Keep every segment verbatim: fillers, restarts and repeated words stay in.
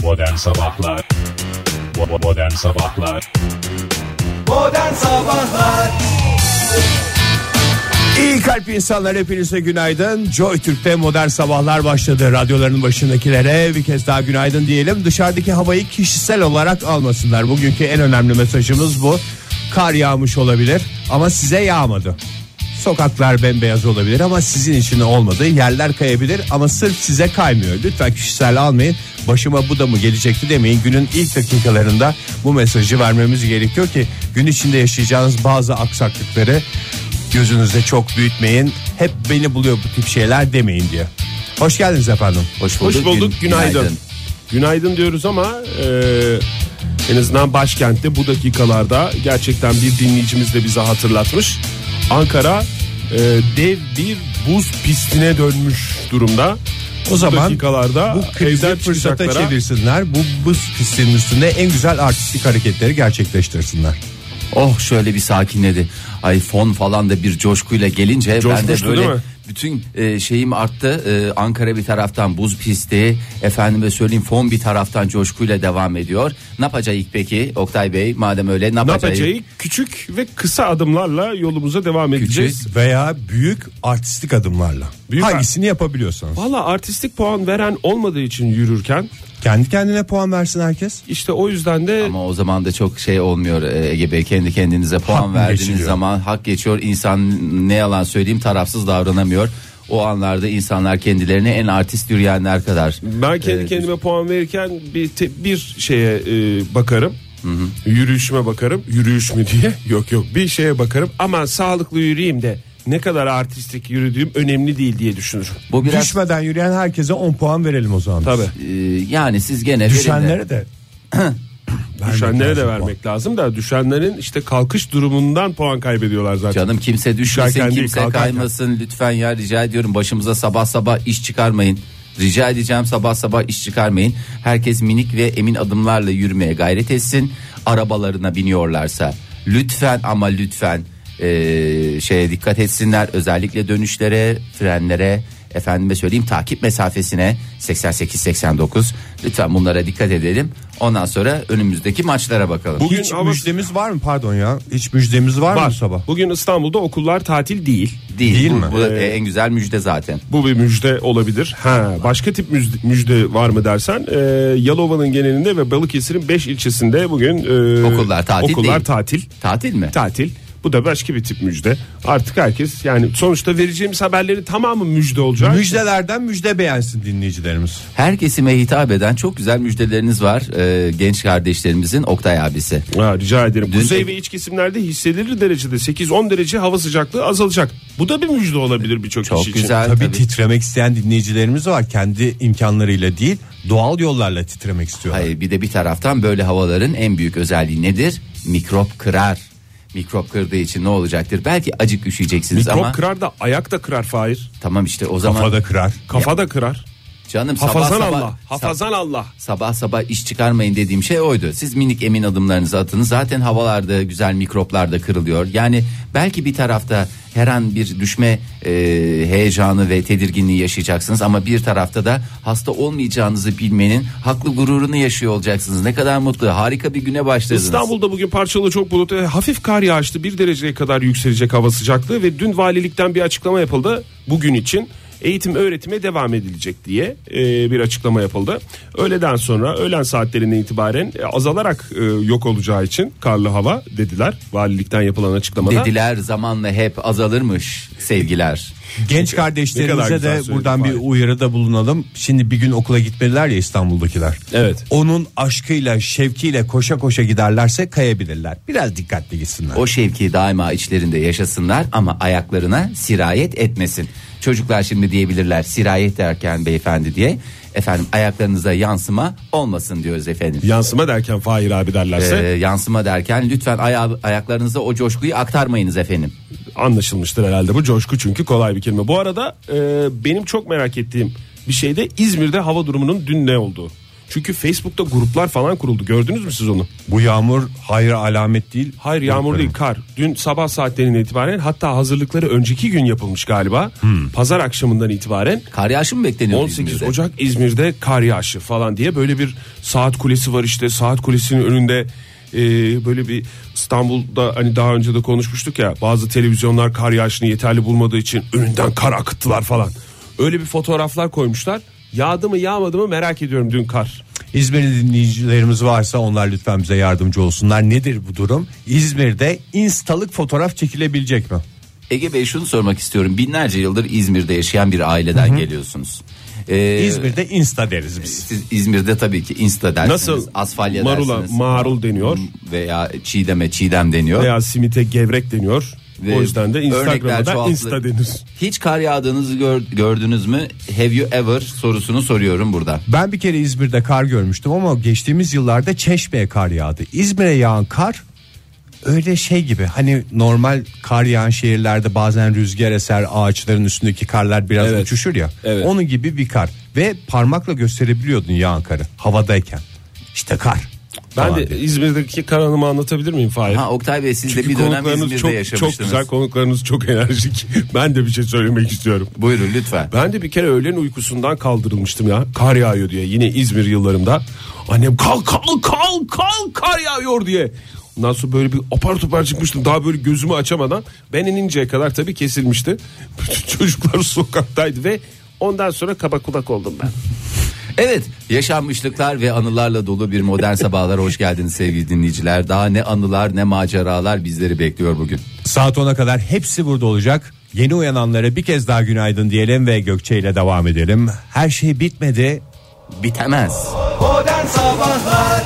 Modern Sabahlar Modern Sabahlar Modern Sabahlar İyi kalp insanlar, hepinize günaydın. Joy Türk'te Modern Sabahlar başladı. Radyoların başındakilere bir kez daha günaydın diyelim. Dışarıdaki havayı kişisel olarak almasınlar. Bugünkü en önemli mesajımız bu. Kar yağmış olabilir ama size yağmadı. Sokaklar bembeyaz olabilir ama sizin için olmadı. Yerler kayabilir ama sırf size kaymıyor. Lütfen kişisel almayın. Başıma bu da mı gelecekti demeyin. Günün ilk dakikalarında bu mesajı vermemiz gerekiyor ki gün içinde yaşayacağınız bazı aksaklıkları gözünüzde çok büyütmeyin. Hep beni buluyor bu tip şeyler demeyin diye. Hoş geldiniz efendim. Hoş bulduk. Hoş bulduk. Gün, günaydın. günaydın. Günaydın diyoruz ama e, en azından başkentte bu dakikalarda gerçekten bir dinleyicimiz de bize hatırlatmış. Ankara e, dev bir buz pistine dönmüş durumda. O bu zaman dakikalarda bu krizi fırsata çıkacaklara- çevirsinler. Bu buz pistinin üstünde en güzel artistik hareketleri gerçekleştirsinler. Oh şöyle bir sakinledi. Ay fon falan da bir coşkuyla gelince ben de Coşmuştu, değil böyle mi? bütün e, şeyim arttı. E, Ankara bir taraftan buz pisti, efendime söyleyeyim fon bir taraftan coşkuyla devam ediyor. Ne yapacağız peki Oktay Bey? Madem öyle ne Ne yapacağız? yapacağı küçük ve kısa adımlarla yolumuza devam edeceğiz. Veya büyük artistik adımlarla. Büyük Hangisini yapabiliyorsanız. Valla artistik puan veren olmadığı için yürürken Kendi kendine puan versin herkes. işte o yüzden de Ama o zaman da çok şey olmuyor e, Ege Bey, kendi kendinize puan Hak mı verdiğiniz geçiliyor? zaman hak geçiyor. İnsan ne yalan söyleyeyim tarafsız davranamıyor. O anlarda insanlar kendilerini en artist yürüyenler kadar. ben kendi e, kendime puan verirken bir te- bir şeye e, bakarım. Yürüyüşüme bakarım. Yürüyüş mü diye? Yok yok, bir şeye bakarım. Aman sağlıklı yürüyeyim de ne kadar artistik yürüdüğüm önemli değil diye düşünürüm. Bu biraz Düşmeden yürüyen herkese on puan verelim o zaman. biz. Tabii. e, yani siz gene verin de- Düşenlere de. Düşenlere de lazım vermek lazım da düşenlerin işte kalkış durumundan puan kaybediyorlar zaten. Canım kimse düşmesin, Düşerken değil, kimse kalkarken. kaymasın lütfen ya, rica ediyorum. Başımıza sabah sabah iş çıkarmayın. Rica edeceğim, sabah sabah iş çıkarmayın. Herkes minik ve emin adımlarla yürümeye gayret etsin. Arabalarına biniyorlarsa lütfen ama lütfen eee, şeye dikkat etsinler. Özellikle dönüşlere, frenlere, efendime söyleyeyim takip mesafesine seksen sekiz seksen dokuz. Lütfen bunlara dikkat edelim. Ondan sonra önümüzdeki maçlara bakalım. Bugün Hiç hava- müjdemiz var mı, pardon ya? Hiç müjdemiz var, Var. mı sabah? Bugün İstanbul'da okullar tatil değil. Değil, Değil bu, mi? bu da en güzel müjde zaten. Bu bir müjde olabilir. Ha, başka tip müjde, müjde var mı dersen, e, Yalova'nın genelinde ve Balıkesir'in beş ilçesinde bugün e, Okullar tatil okullar değil. tatil. Tatil mi? Tatil. Bu da başka bir tip müjde. Artık herkes, yani sonuçta vereceğimiz haberlerin tamamı müjde olacak. Müjdelerden müjde beğensin dinleyicilerimiz. Her kesime hitap eden çok güzel müjdeleriniz var ee, genç kardeşlerimizin. Oktay abisi. Ha, rica ederim. Dün- Kuzey ve iç kesimlerde hissedilir derecede sekiz on derece hava sıcaklığı azalacak. Bu da bir müjde olabilir birçok Çok kişi için. güzel. Tabii, Tabii. titremek isteyen dinleyicilerimiz var. Kendi imkanlarıyla değil, doğal yollarla titremek istiyorlar. Hayır, bir de bir taraftan böyle havaların en büyük özelliği nedir? Mikrop kırar. Mikrop kırdığı için ne olacaktır? Belki acık üşüyeceksiniz Mikrop ama kırar da ayak da kırar Fahir. tamam işte o zaman Kafada kırar. Kafa da kırar. canım sabah Hafazan sabah Allah. Hafazan Allah. sabah sabah iş çıkarmayın dediğim şey oydu. Siz minik emin adımlarınızı atın. Zaten havalarda güzel mikroplar da kırılıyor. Yani belki bir tarafta her an bir düşme e, heyecanı ve tedirginliği yaşayacaksınız ama bir tarafta da hasta olmayacağınızı bilmenin haklı gururunu yaşıyor olacaksınız. Ne kadar mutlu, harika bir güne başladınız. İstanbul'da bugün parçalı çok bulutlu, hafif kar yağıştı, bir dereceye kadar yükselecek hava sıcaklığı ve dün valilikten bir açıklama yapıldı bugün için. Eğitim öğretime devam edilecek diye e, bir açıklama yapıldı. Öğleden sonra, öğlen saatlerinden itibaren e, azalarak e, yok olacağı için karlı hava dediler valilikten yapılan açıklamada. Dediler zamanla hep azalırmış sevgiler. Genç Ne kadar kardeşlerimize güzel de söyledin buradan bir Fahir. uyarıda bulunalım. Şimdi bir gün okula gitmeliler ya İstanbul'dakiler. Evet. Onun aşkıyla, şevkiyle koşa koşa giderlerse kayabilirler. Biraz dikkatli gitsinler. O şevki daima içlerinde yaşasınlar ama ayaklarına sirayet etmesin. Çocuklar şimdi diyebilirler sirayet derken beyefendi diye. Efendim ayaklarınıza yansıma olmasın diyoruz efendim. Yansıma derken Fahir abi derlerse Ee, yansıma derken lütfen aya- ayaklarınıza o coşkuyu aktarmayınız efendim. anlaşılmıştır herhalde bu coşku, çünkü kolay bir kelime. Bu arada e, benim çok merak ettiğim bir şey de İzmir'de hava durumunun dün ne olduğu. Çünkü Facebook'ta gruplar falan kuruldu. Gördünüz mü siz onu? Bu yağmur hayır alamet değil. Hayır, yağmur değil, kar. Dün sabah saatlerinden itibaren, hatta hazırlıkları önceki gün yapılmış galiba. Hmm. Pazar akşamından itibaren. Kar yağışı mı bekleniyor on sekiz İzmir'de? Ocak İzmir'de kar yağışı falan diye böyle bir saat kulesi var işte. Saat kulesinin önünde e, böyle bir, İstanbul'da hani daha önce de konuşmuştuk ya, bazı televizyonlar kar yağışını yeterli bulmadığı için önünden kar akıttılar falan. Öyle bir fotoğraflar koymuşlar. Yağdı mı yağmadı mı merak ediyorum dün kar. İzmir'de dinleyicilerimiz varsa onlar lütfen bize yardımcı olsunlar. Nedir bu durum? İzmir'de instalık fotoğraf çekilebilecek mi? Ege Bey, şunu sormak istiyorum. Binlerce yıldır İzmir'de yaşayan bir aileden Hı-hı. geliyorsunuz. Ee, İzmir'de insta deriz biz. Siz İzmir'de tabii ki insta dersiniz. Nasıl? Asfalya Marula, dersiniz. marul deniyor. Veya çiğdeme çiğdem deniyor. Veya simite gevrek deniyor. Ve o yüzden de Instagram'da da insta denir. Hiç kar yağdığınızı gör, gördünüz mü? Have you ever sorusunu soruyorum burada. Ben bir kere İzmir'de kar görmüştüm ama geçtiğimiz yıllarda Çeşme'ye kar yağdı. İzmir'e yağan kar öyle şey gibi, hani normal kar yağan şehirlerde bazen rüzgar eser, ağaçların üstündeki karlar biraz evet. uçuşur ya. Evet. Onun gibi bir kar ve parmakla gösterebiliyordun yağan karı havadayken. İşte kar. Ben Tamam de diye. İzmir'deki kar anımı anlatabilir miyim Fahir? Ha Oktay Bey, siz Çünkü de bir dönem konuklarınız İzmir'de çok, yaşamıştınız. çok güzel, konuklarınız çok enerjik. Ben de bir şey söylemek istiyorum. Buyurun lütfen. Ben de bir kere öğlen uykusundan kaldırılmıştım ya. Kar yağıyor diye, yine İzmir yıllarımda. Annem kalk kalk kalk kalk kar yağıyor diye. Ondan sonra böyle bir apar topar çıkmıştım. Daha böyle gözümü açamadan. Ben ininceye kadar tabii kesilmişti. Bütün çocuklar sokaktaydı ve ondan sonra kaba kulak oldum ben. Evet, yaşanmışlıklar ve anılarla dolu bir modern sabahlara hoş geldiniz sevgili dinleyiciler. Daha ne anılar ne maceralar bizleri bekliyor bugün. Saat ona kadar hepsi burada olacak. Yeni uyananlara bir kez daha günaydın diyelim ve Gökçe ile devam edelim. Her şey bitmedi, bitemez. Modern Sabahlar.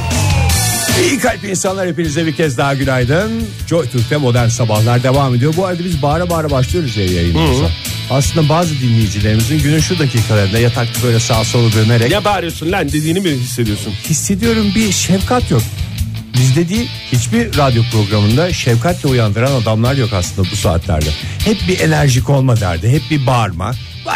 İyi kalp insanlar, hepinize bir kez daha günaydın. Joy Türk'te modern sabahlar devam ediyor. Bu arada biz bağıra bağıra başlıyoruz ya yayınımıza. Aslında bazı dinleyicilerimizin günün şu dakikalarında yatakta böyle sağa sola dönerek Ya bağırıyorsun lan dediğini mi hissediyorsun? hissediyorum, bir şefkat yok. Bizde değil, hiçbir radyo programında şefkatle uyandıran adamlar yok aslında bu saatlerde. Hep bir enerjik olma derdi, hep bir bağırma.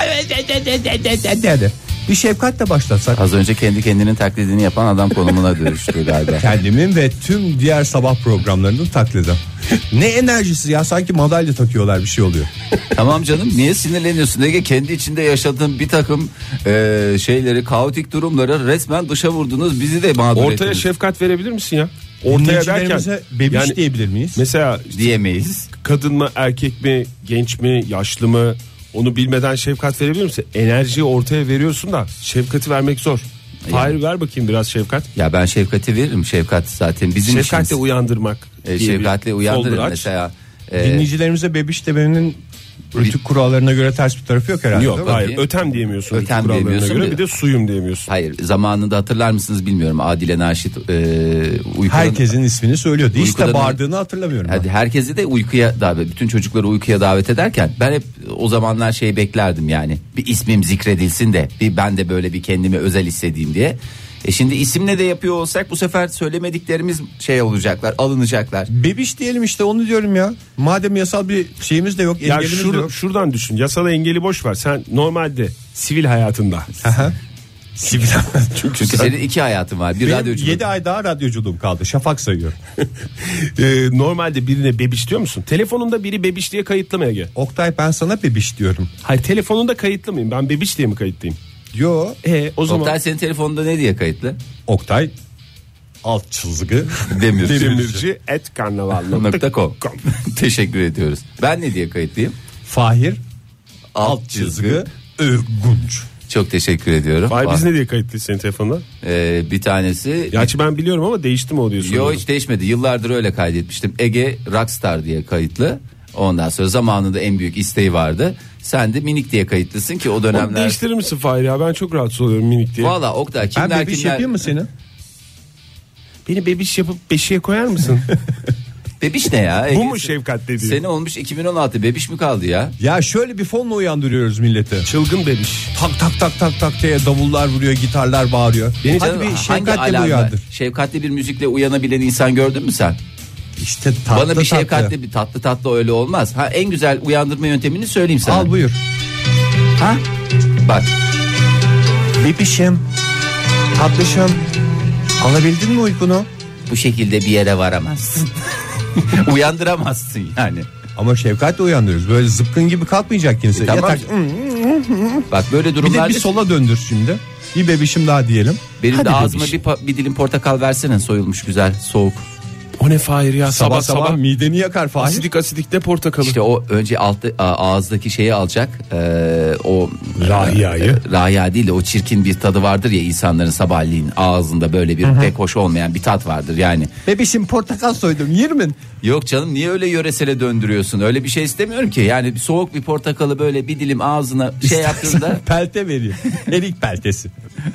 Bir şefkatle başlatsak. Az önce kendi kendinin taklidini yapan adam konumuna dönüştü galiba. Kendimin ve tüm diğer sabah programlarının taklidi. Ne enerjisi ya, sanki madalya takıyorlar, bir şey oluyor. Tamam canım, niye sinirleniyorsun Ege? Kendi içinde yaşadığın bir takım e, şeyleri, kaotik durumları resmen dışa vurdunuz, bizi de mağdur Ortaya ettiniz. şefkat verebilir misin ya? Ortaya derken Dinleyicilerimize bebiş yani diyebilir miyiz? mesela Diyemeyiz. kadın mı erkek mi, genç mi, yaşlı mı, onu bilmeden şefkat verebilir misin? Enerjiyi ortaya veriyorsun da şefkati vermek zor. Hayır, ver bakayım biraz şefkat. Ya ben şefkati veririm. Şefkat zaten bizim Şefkatle işimiz. uyandırmak. E, diye şefkatle bir uyandırın folder aç. mesela. E, Dinleyicilerimize bebiş demenin rütük kurallarına göre ters bir tarafı yok herhalde. Yok, değil mi? hayır, ötem diyemiyorsun. Ötem kurallarına diyemiyorsun. göre, bir de suyum diyemiyorsun. Hayır, zamanında hatırlar mısınız bilmiyorum. Adile Naşit e, uykudan... Herkesin ismini söylüyordu. Hiç de Uykudan- bağırdığını hatırlamıyorum. ben. Hadi herkesi de uykuya davet, bütün çocukları uykuya davet ederken ben hep o zamanlar şey beklerdim yani. Bir ismim zikredilsin de bir ben de böyle bir kendimi özel hissedeyim diye. E şimdi isimle de yapıyor olsak bu sefer söylemediklerimiz şey olacaklar, alınacaklar. Bebiş diyelim işte, onu diyorum ya. Madem yasal bir şeyimiz de yok, Ya engelimiz de şur, yok. şuradan düşün. Yasal engeli boş ver. Sen normalde sivil hayatında. Aha. Sivil. Çünkü, Çünkü sen, senin iki hayatın var. Bir Benim radyoculuk. yedi ay daha radyoculuğum kaldı. Şafak sayıyor. e, normalde birine bebiş diyor musun? Telefonunda biri bebiş diye kayıtlı mı Ege? Oktay, ben sana bebiş diyorum. Hayır, telefonunda kayıtlı mıyım? Ben bebiş diye mi kayıtlıyım? Yo. E o zaman Oktay, senin telefonunda ne diye kayıtlı? Oktay alt çizgi Demir. demirci et karnaval nokta com. Teşekkür ediyoruz. Ben ne diye kayıtlıyım? Fahir Alt çizgi. Gunç. Çok teşekkür ediyorum. Vay, biz Bak, ne diye kayıtlıyız senin telefonda? e, bir tanesi. Gerçi ben biliyorum ama değişti mi o diyorsun? Yo, hiç değişmedi. Yıllardır öyle kaydetmiştim. Ege Rockstar diye kayıtlı. Ondan sonra zamanında en büyük isteği vardı. Sen de minik diye kayıtlısın ki o Onu dönemler. değiştirir misin Fahir ya? Ben çok rahatsız oluyorum minik diye. Valla Oktay, Ben kimler bebiş kimler. yapayım mı seni? Beni bebiş yapıp beşiğe koyar mısın? Bebiş ne ya? Ege, Bu mu şefkat dediğin? Sene olmuş iki bin on altı, bebiş mi kaldı ya? Ya şöyle bir fonla uyandırıyoruz milleti. Çılgın bebiş. Tak tak tak tak tak diye davullar vuruyor, gitarlar bağırıyor. Beni Hadi canım, bir hangi şefkatle alarmla- uyandır. Şefkatli bir müzikle uyanabilen insan gördün mü sen? İşte tatlı Bana bir tatlı. şefkatli bir tatlı tatlı öyle olmaz. Ha, en güzel uyandırma yöntemini söyleyeyim sana. Al buyur. Ha? Bak. Bebişim. Tatlışım, alabildin mi uykunu? Bu şekilde bir yere varamazsın. Uyandıramazsın yani. Ama şefkatle uyandırıyoruz. Böyle zıpkın gibi kalkmayacak kimse. E, tamam. Yatak. Bak böyle Bir de durumlarda bir sola döndür şimdi. Bir bebişim daha diyelim. benim Hadi de ağzıma bebişim. bir, pa- bir dilim portakal versene, soyulmuş güzel soğuk. O ne Fahir ya, Sabah sabah sabah sabah. mideni yakar Fahir. Asidik asidik ne portakalı. İşte o önce altta a- ağızdaki şeyi alacak. Ee, o Rahiyayı. e, rahiya değil de o çirkin bir tadı vardır ya insanların sabahleyin ağzında böyle bir pek hoş olmayan bir tat vardır yani. Bebişim portakal soydum yer mi? Yok canım, niye öyle yöresele döndürüyorsun? Öyle bir şey istemiyorum ki. Yani bir soğuk bir portakalı böyle bir dilim ağzına şey yaptığında Pelte veriyor. Erik peltesi.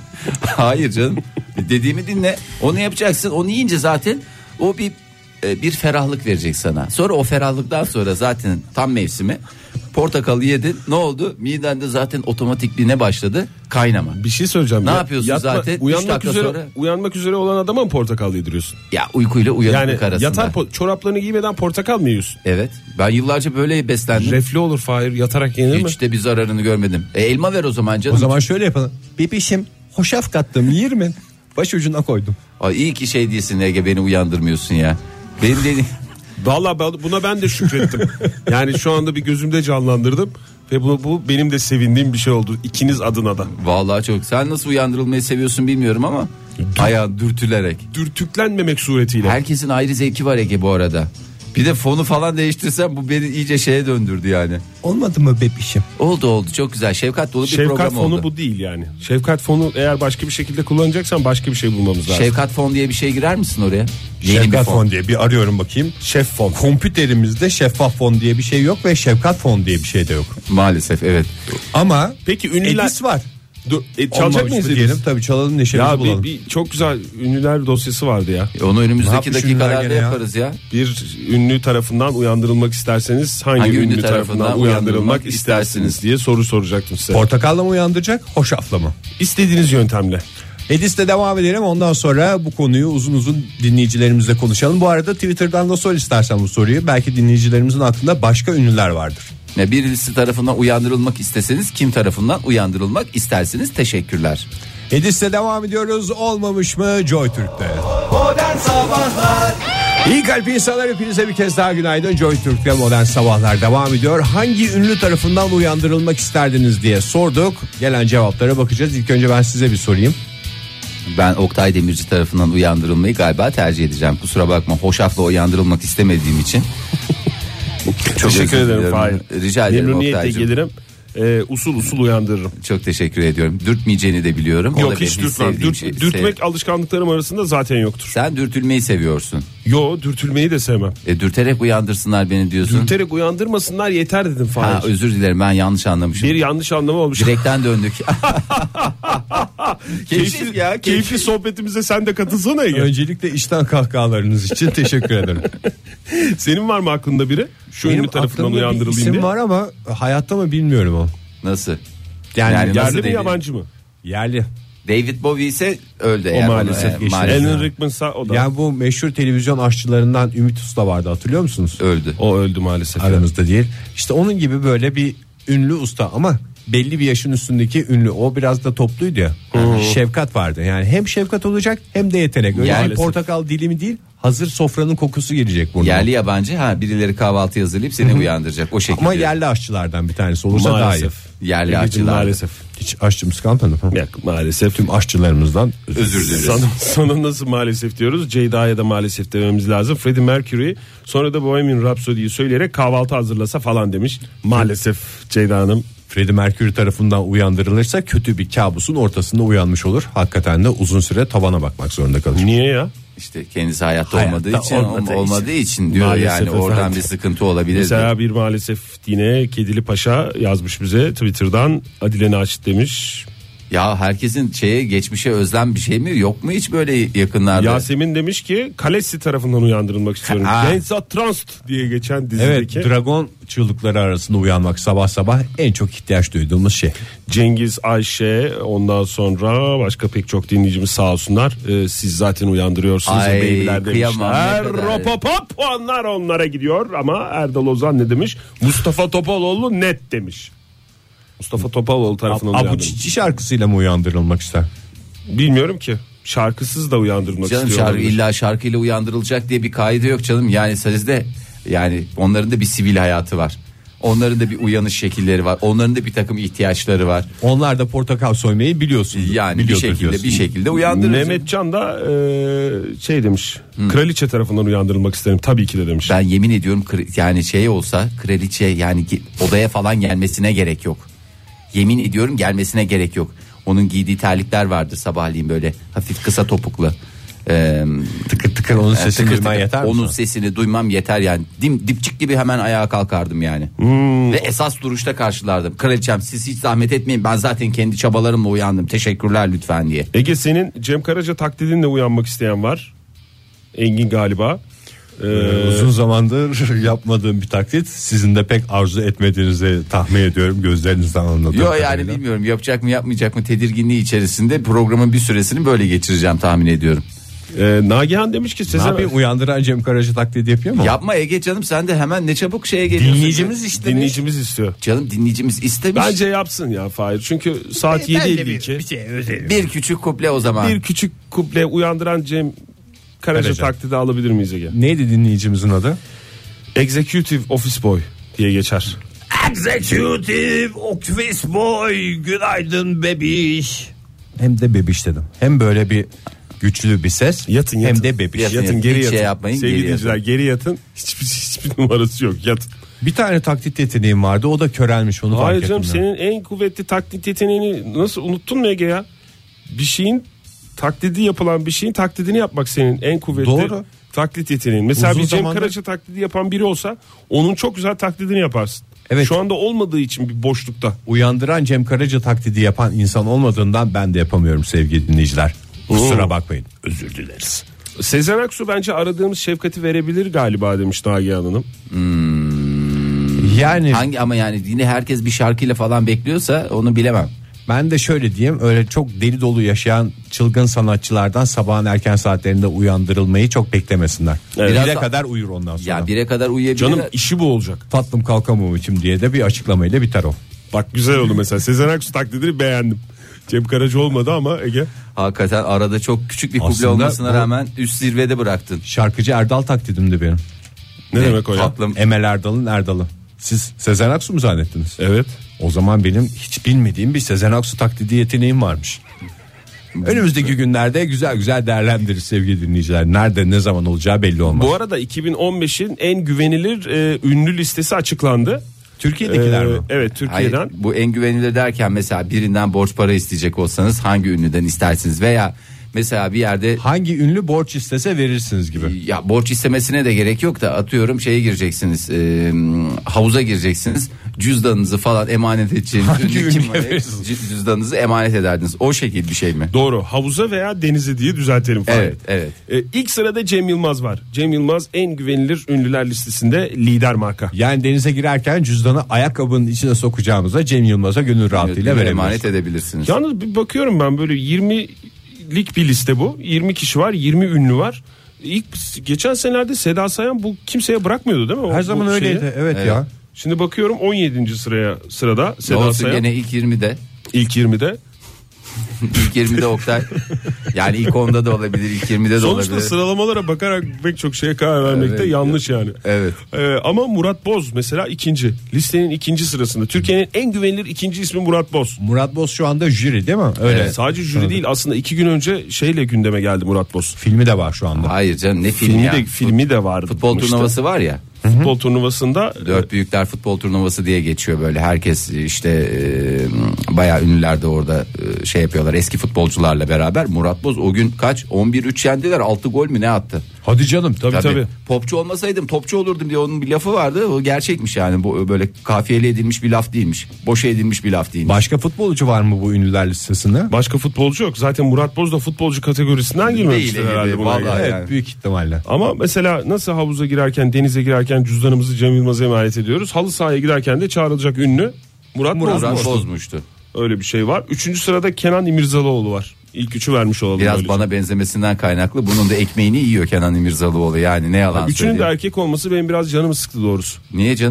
hayır canım. Dediğimi dinle. Onu yapacaksın. Onu yiyince zaten o bir e, bir ferahlık verecek sana. Sonra o ferahlıktan sonra zaten tam mevsimi. Portakalı yedin. Ne oldu? Midende zaten otomatik bir ne başladı? Kaynama. Bir şey söyleyeceğim. Ne Ya- yapıyorsun yatma- zaten? Üç Uyanmak dakika üzere, sonra- uyanmak üzere olan adama mı portakal yediriyorsun? Ya uykuyla uyanıklık Yani arasında. yatar po- çoraplarını giymeden portakal mı yiyorsun? Evet. Ben yıllarca böyle beslendim. Reflü olur Fahir, yatarak yenir mi? Hiç de bir zararını görmedim. E, elma ver o zaman canım. O zaman şöyle yapalım. Bebişim hoşaf kattım yer mi? Baş ucuna koydum. Ay, iyi ki şey değilsin Ege, beni uyandırmıyorsun ya. Benim dedi. Vallahi ben- buna ben de şükrettim. Yani şu anda bir gözümde canlandırdım. Ve bu, bu benim de sevindiğim bir şey oldu. İkiniz adına da. Vallahi çok. Sen nasıl uyandırılmayı seviyorsun bilmiyorum ama ayağın dürtülerek. Dürtüklenmemek suretiyle. Herkesin ayrı zevki var Ege bu arada. Bir de fonu falan değiştirsem bu beni iyice şeye döndürdü yani. Olmadı mı bebişim? Oldu oldu, çok güzel. Şefkat dolu bir Şefkat program fonu oldu. bu değil yani. Şefkat fonu eğer başka bir şekilde kullanacaksan başka bir şey bulmamız lazım. Şefkat fon diye bir şey girer misin oraya? Yeni bir Şefkat fon. fon diye bir arıyorum bakayım. Şef fon. Kompüterimizde şeffaf fon diye bir şey yok ve şefkat fon diye bir şey de yok. Maalesef evet. Ama Peki ünlüler... Edis var. Dur, e, çalacak Olmamıştı mıyız diyelim. Edis? Tabii çalalım, neşemizi Ya bir, bulalım. bir çok güzel ünlüler dosyası vardı ya. E onu Ne önümüzdeki yapmış ünlüler dakikalarda gene ya? yaparız ya. Bir ünlü tarafından uyandırılmak isterseniz hangi, Hangi ünlü, ünlü tarafından, tarafından uyandırılmak uyandırılmak istersiniz istersiniz diye soru soracaktım size. Portakalla mı uyandıracak, hoşafla mı? İstediğiniz yöntemle. Edis'le devam edelim. Ondan sonra bu konuyu uzun uzun dinleyicilerimizle konuşalım. Bu arada Twitter'dan da sor istersen bu soruyu. Belki dinleyicilerimizin aklında başka ünlüler vardır. Ya birisi tarafından uyandırılmak isteseniz kim tarafından uyandırılmak istersiniz? Teşekkürler. Edis'le devam ediyoruz. Olmamış mı Joy Türk'te? Modern Sabahlar İyi kalp insanlar, hepinize bir kez daha günaydın. Joy Türk'te Modern Sabahlar devam ediyor. Hangi ünlü tarafından uyandırılmak isterdiniz diye sorduk. Gelen cevaplara bakacağız. İlk önce ben size bir sorayım. Ben Oktay Demirci tarafından uyandırılmayı galiba tercih edeceğim. Kusura bakma, hoşafla uyandırılmak istemediğim için. Çok Teşekkür özür ederim dilerim. Fahir. Rica ederim Memnuniyetle Oktay'cığım. gelirim. Ee, usul usul uyandırırım. Çok teşekkür ediyorum. Dürtmeyeceğini de biliyorum. O da Yok benim hiç dürtmem. sevdiğim Dürt, şey. dürtmek alışkanlıklarım arasında zaten yoktur. Sen dürtülmeyi seviyorsun. Yo, dürtülmeyi de sevmem. E, dürterek uyandırsınlar beni diyorsun. Dürterek uyandırmasınlar yeter dedim Fahir. Ha, özür dilerim, ben yanlış anlamışım. Bir yanlış anlama olmuş. Direkten döndük. Keyifsiz Keyifli, ya. Keyif. keyifli sohbetimize sen de katılsana Ege. Öncelikle içten kahkahalarınız için teşekkür ederim. Senin var mı aklında biri? Şu ünlü tarafından aklımda bir uyandırılayım isim diye. var ama hayatta mı bilmiyorum o. Nasıl? Yani, Yani nasıl Yerli mi dedi? yabancı mı? yerli. David Bowie ise öldü. O eğer maalesef bana- geçti. maalesef Alan Rickman'sa o da. Yani bu meşhur televizyon aşçılarından Ümit Usta vardı, hatırlıyor musunuz? öldü. O öldü maalesef. Aramızda değil. İşte onun gibi böyle bir ünlü usta ama belli bir yaşın üstündeki ünlü. O biraz da topluydu ya. Şefkat vardı. Yani hem şefkat olacak hem de yetenek. Öyle Yani- bir portakal dilimi değil, hazır sofranın kokusu gelecek burnuna. Yerli yabancı, ha birileri kahvaltı hazırlayıp seni uyandıracak o şekilde. Ama yerli aşçılardan bir tanesi olursa daha iyi. Maalesef. Yerli Egeciğim, aşçılar. maalesef. Hiç aşçımız kalmadı mı? Yok, maalesef. Tüm aşçılarımızdan Özür dileriz. Sana, sana nasıl maalesef diyoruz? Ceyda'ya da maalesef dememiz lazım. Freddie Mercury sonra da Bohemian Rhapsody'yi söyleyerek kahvaltı hazırlasa falan demiş. Maalesef Ceyda Hanım. Freddie Mercury tarafından uyandırılırsa kötü bir kabusun ortasında uyanmış olur. Hakikaten de uzun süre tavana bakmak zorunda kalır. Niye ya? İşte kendisi hayatta, Hayatta olmadığı için olmadığı olmadığı, için. için diyor Maalesef yani oradan efendim. bir sıkıntı olabilir. Mesela bir maalesef yine Kedili Paşa yazmış bize Twitter'dan. Adile Naçit demiş. Ya herkesin şeye, geçmişe özlem bir şey mi yok mu hiç böyle yakınlarda? Yasemin demiş ki Kalesi tarafından uyandırılmak istiyorum. Ha. Genza Transt diye geçen Evet, dizideki dragon çığlıkları arasında uyanmak sabah sabah en çok ihtiyaç duyduğumuz şey. Cengiz, Ayşe, ondan sonra başka pek çok dinleyicimiz sağ olsunlar. Ee, siz zaten uyandırıyorsunuz Ay, ya beyler kıyamam, demişler. ne kadar. Ropopop puanlar onlara gidiyor ama Erdal Ozan ne demiş? Mustafa Topaloğlu net demiş. Mustafa Topaloğlu tarafından Abu uyandırılmış. Çiçi şarkısıyla mı uyandırılmak ister? Bilmiyorum ki. Şarkısız da uyandırmak Canım istiyor. şarkı, illa şarkıyla uyandırılacak diye bir kaide yok canım. Yani sizde yani onların da bir sivil hayatı var. Onların da bir uyanış şekilleri var. Onların da bir takım ihtiyaçları var. Onlar da portakal soymayı biliyorsunuz. Yani bir şekilde diyorsun. bir şekilde uyandırır. Mehmetcan da e, şey demiş. Hmm. Kraliçe tarafından uyandırılmak isterim. Tabii ki de demiş. Ben yemin ediyorum yani şey olsa kraliçe yani odaya falan gelmesine gerek yok. Yemin ediyorum gelmesine gerek yok. Onun giydiği terlikler vardır sabahleyin böyle hafif kısa topuklu. Ee, tıkır tıkır onun sesini tıkır duyman tıkır, yeter mi? Onun sana? sesini duymam yeter yani. Dim, dipçik gibi hemen ayağa kalkardım yani. Hmm. Ve esas duruşta karşılardım. Kraliçem siz hiç zahmet etmeyin. Ben zaten kendi çabalarımla uyandım. Teşekkürler lütfen diye. Ege senin Cem Karaca taklidinle uyanmak isteyen var. Engin galiba. Ee, uzun zamandır yapmadığım bir taklit. Sizin de pek arzu etmediğinizi tahmin ediyorum, gözlerinizden anladım. Yok yani bilmiyorum yapacak mı yapmayacak mı tedirginliği içerisinde programın bir süresini böyle geçireceğim tahmin ediyorum. Ee, Nagihan demiş ki Ne Sezen yapayım, uyandıran Cem Karaca taklidi yapıyor mu? Yapma Ege canım, sen de hemen ne çabuk şeye geliyorsun. Dinleyicimiz istemiş. dinleyicimiz istiyor. Canım dinleyicimiz istemiş. Bence yapsın ya Fahir. Çünkü saat yedi elli iki. Bir, şey özelim. Bir küçük kuple o zaman. Bir küçük kuple uyandıran Cem Karaca, Karaca. taklidi alabilir miyiz Ege? Neydi dinleyicimizin adı? Executive Office Boy diye geçer. Executive Office Boy, günaydın bebiş. Hem de bebiş dedim. Hem böyle bir güçlü bir ses. Yatın, yatın. Hem de bebiş. Yatın, Yatın, yatın. geri Hiç yatın. şey yapmayın, Sevgili geri dinleyiciler, yatın. geri yatın. Hiçbir, hiçbir numarası yok. Yatın. Bir tane taklit yeteneğim vardı, o da körelmiş, onu Hayır fark canım, ettim. senin en kuvvetli taklit yeteneğini nasıl unuttun mu Ege ya? Bir şeyin taklidi yapılan bir şeyin taklidini yapmak senin en kuvvetli Doğru. taklit yeteneğin. Mesela Uzun bir Cem zamandır- Karaca taklidi yapan biri olsa onun çok güzel taklidini yaparsın. Evet. Şu anda olmadığı için bir boşlukta. Uyandıran Cem Karaca taklidi yapan insan olmadığından ben de yapamıyorum sevgili dinleyiciler. Kusura bakmayın. Özür dileriz. Sezen Aksu bence aradığımız şefkati verebilir galiba demiş Nagihan Hanım. Yani Hangi ama yani yine herkes bir şarkıyla falan bekliyorsa onu bilemem. ben de şöyle diyeyim, öyle çok deli dolu yaşayan çılgın sanatçılardan sabahın erken saatlerinde uyandırılmayı çok beklemesinler. Evet. Bire Biraz da- kadar uyur ondan sonra. Ya bire kadar uyuyabilir. Canım işi bu olacak. Tatlım kalkamamışım diye de bir açıklamayla biter o. Bak güzel oldu mesela. Sezen Aksu taklidini beğendim. Cem Karaca olmadı ama Ege. Hakikaten arada çok küçük bir kuple Aslında olmasına o- rağmen üst zirvede bıraktın. Şarkıcı Erdal taklidimdi benim. Ne, demek o ya? Tatlım. Emel Erdal'ın Erdal'ı. Siz Sezen Aksu mu zannettiniz? Evet. O zaman benim hiç bilmediğim bir Sezen Aksu taklidi yeteneğim varmış. Önümüzdeki günlerde güzel güzel değerlendiririz sevgili dinleyiciler. Nerede ne zaman olacağı belli olmaz. Bu arada iki bin on beşin en güvenilir e, ünlü listesi açıklandı. Türkiye'dekiler Ee, mi? Evet, Türkiye'den. Hayır, bu en güvenilir derken mesela birinden borç para isteyecek olsanız hangi ünlüden istersiniz veya mesela bir yerde Hangi ünlü borç istese verirsiniz gibi. ya borç istemesine de gerek yok da atıyorum şeye gireceksiniz, e, havuza gireceksiniz, cüzdanınızı falan emanet edeceğiniz Hangi ünlü kim ünlüye var? verirsiniz? Cü- cüzdanınızı emanet ederdiniz, o şekil bir şey mi? Doğru, havuza veya denize diye düzeltelim falan. Evet, evet. Ee, ilk sırada Cem Yılmaz var. Cem Yılmaz en güvenilir ünlüler listesinde lider marka. Yani denize girerken cüzdanı ayakkabının içine sokacağımıza Cem Yılmaz'a gönül rahatlığıyla Ünlü verebiliriz. emanet edebilirsiniz. Yalnız bir bakıyorum ben böyle yirmilik bir liste bu. yirmi kişi var, yirmi ünlü var. İlk geçen senelerde Seda Sayan bu kimseye bırakmıyordu değil mi? O- Her zaman bu öyleydi. şeyi. Evet, Evet. ya. Şimdi bakıyorum on yedinci sıraya sırada Ne Seda olsun Sayan. gene ilk yirmide. İlk yirmide. İlk yirmide Oktay. Yani ilk onda da olabilir, ilk yirmide de Sonuçta olabilir. sıralamalara bakarak pek çok şeye karar vermek de Evet. yanlış yani. Evet. Ee, ama Murat Boz mesela ikinci. Listenin ikinci sırasında. Türkiye'nin en güvenilir ikinci ismi Murat Boz. Murat Boz şu anda jüri değil mi? Öyle. Evet, sadece jüri değil, aslında iki gün önce şeyle gündeme geldi Murat Boz. Filmi de var şu anda. Hayır canım, ne filmi Filmi ya? de filmi de vardı. Futbol işte. turnuvası var ya. Futbol turnuvasında Dört büyükler futbol turnuvası diye geçiyor böyle. Herkes işte e, bayağı ünlüler de orada e, şey yapıyorlar. Eski futbolcularla beraber. Murat Boz o gün kaç? on bir üç yendiler. altı gol mü ne attı? Hadi canım. tabii Tabii. tabii. Popçu olmasaydım topçu olurdum diye onun bir lafı vardı. O gerçekmiş yani. Bu böyle kafiyeli edilmiş bir laf değilmiş. Boşa edilmiş bir laf değilmiş. Başka futbolcu var mı bu ünlüler listesinde? Başka futbolcu yok. Zaten Murat Boz da futbolcu kategorisinden girmemiştir Değil, herhalde değil, buna. vallahi göre. Evet, yani. büyük ihtimalle. Ama mesela nasıl havuza girerken, denize girerken cüzdanımızı Cem Yılmaz'a emanet ediyoruz. Halı sahaya giderken de çağrılacak ünlü Murat, Murat Boz. bozmuştu. Öyle bir şey var. Üçüncü sırada Kenan İmirzalıoğlu var. İlk üçü vermiş olalım. Biraz böylece. bana benzemesinden kaynaklı. Bunun da ekmeğini yiyor Kenan İmirzalıoğlu. Yani ne yalan Üçünün de söyleyeyim. erkek olması benim biraz canımı sıktı doğrusu. Niye canım?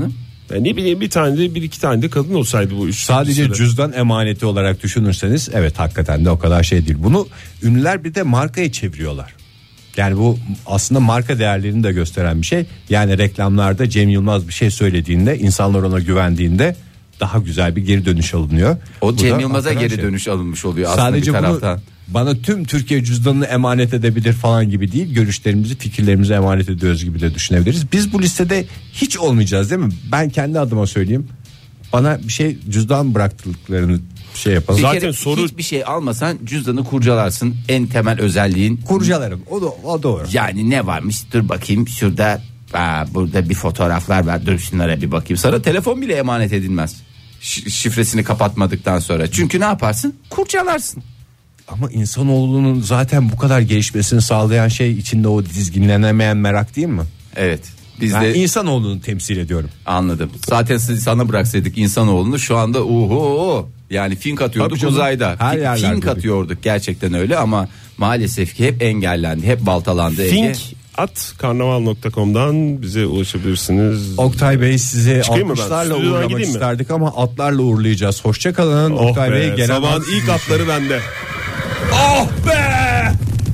Yani ne bileyim bir tane de bir iki tane de kadın olsaydı bu üç. Sadece sırada. cüzdan emaneti olarak düşünürseniz evet hakikaten de o kadar şey değil. Bunu ünlüler bir de markaya çeviriyorlar. Yani bu aslında marka değerlerini de gösteren bir şey. Yani reklamlarda Cem Yılmaz bir şey söylediğinde insanlar ona güvendiğinde daha güzel bir geri dönüş alınıyor. O Bu Cem da Yılmaz'a hakikaten geri şey. dönüş alınmış oluyor aslında Sadece bir bunu taraftan. bana tüm Türkiye cüzdanını emanet edebilir falan gibi değil, görüşlerimizi, fikirlerimizi emanet ediyoruz gibi de düşünebiliriz. Biz bu listede hiç olmayacağız değil mi? Ben kendi adıma söyleyeyim. Bana bir şey cüzdan bıraktıklarını şey yapalım. Bir Zaten kere soru- hiçbir şey almasan cüzdanı kurcalarsın. En temel özelliğin. Kurcalarım. O da o doğru. Yani ne varmış? Dur bakayım şurada. Aa, burada bir fotoğraflar var. Dur şunlara bir bakayım. Sana telefon bile emanet edilmez. Ş- şifresini kapatmadıktan sonra. Çünkü ne yaparsın? Kurcalarsın. Ama insanoğlunun zaten bu kadar gelişmesini sağlayan şey içinde o dizginlenemeyen merak değil mi? Evet. Biz Ben de insanoğlunu temsil ediyorum. anladım. Zaten siz- sana bıraksaydık insanoğlunu şu anda uhu yani fink atıyorduk Tabii canım, uzayda. her Fi- yerlerde Fink bir- atıyorduk gerçekten öyle ama maalesef ki hep engellendi. Hep baltalandı. Ege. Think at karnaval nokta com'dan bize ulaşabilirsiniz. Oktay Bey sizi Çıkayım mı ben? alkışlarla Stüdyodan uğurlamak gideyim mi? isterdik ama atlarla uğurlayacağız. Hoşçakalın Oh Oktay Bey. be, Gelen sabahın ilk atları bende. Oh be!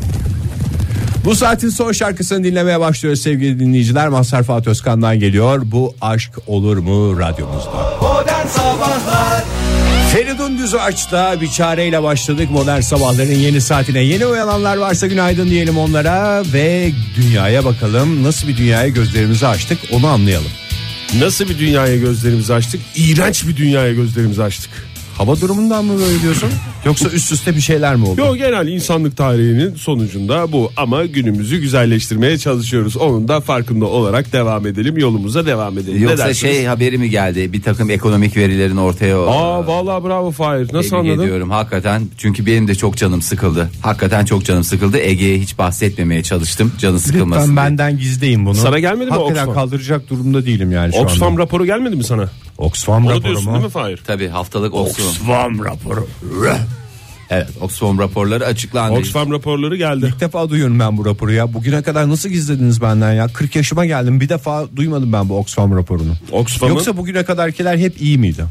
Bu saatin son şarkısını dinlemeye başlıyoruz sevgili dinleyiciler. Mazhar Fuat Özkan'dan geliyor. Bu aşk olur mu radyomuzda. Modern Sabahlar Feridun Düzağaç'ta bir çareyle başladık modern sabahların yeni saatine. Yeni uyananlar varsa günaydın diyelim onlara ve dünyaya bakalım. Nasıl bir dünyaya gözlerimizi açtık onu anlayalım. Nasıl bir dünyaya gözlerimizi açtık? İğrenç bir dünyaya gözlerimizi açtık. Hava durumundan mı böyle diyorsun? Yoksa üst üste bir şeyler mi oldu? Yo, genel insanlık tarihinin sonucunda bu ama günümüzü güzelleştirmeye çalışıyoruz. Onun da farkında olarak devam edelim, yolumuza devam edelim. Ne Yoksa dersiniz? şey haberi mi geldi? Bir takım ekonomik verilerin ortaya. Aa vallahi bravo Fahir. Nasıl Tebrik anladın? ediyorum hakikaten. Çünkü benim de çok canım sıkıldı. Hakikaten çok canım sıkıldı. Ege'ye hiç bahsetmemeye çalıştım. Canı sıkılmasın. Lütfen diye. benden gizleyin bunu. Sana gelmedi mi Hakikaten Oxfam? kaldıracak durumda değilim yani şu Oxfam anda. raporu gelmedi mi sana? Oxfam Onu raporu diyorsun mu? değil mi Fahir? Tabii haftalık Oxfam. Oxfam raporu. Evet, Oxfam raporları açıklandı. Oxfam raporları geldi. İlk defa duyuyorum ben bu raporu ya. Bugüne kadar nasıl gizlediniz benden ya? kırk yaşıma geldim bir defa duymadım ben bu Oxfam raporunu. Oxfam'ın Yoksa bugüne kadarkiler hep iyi miydi?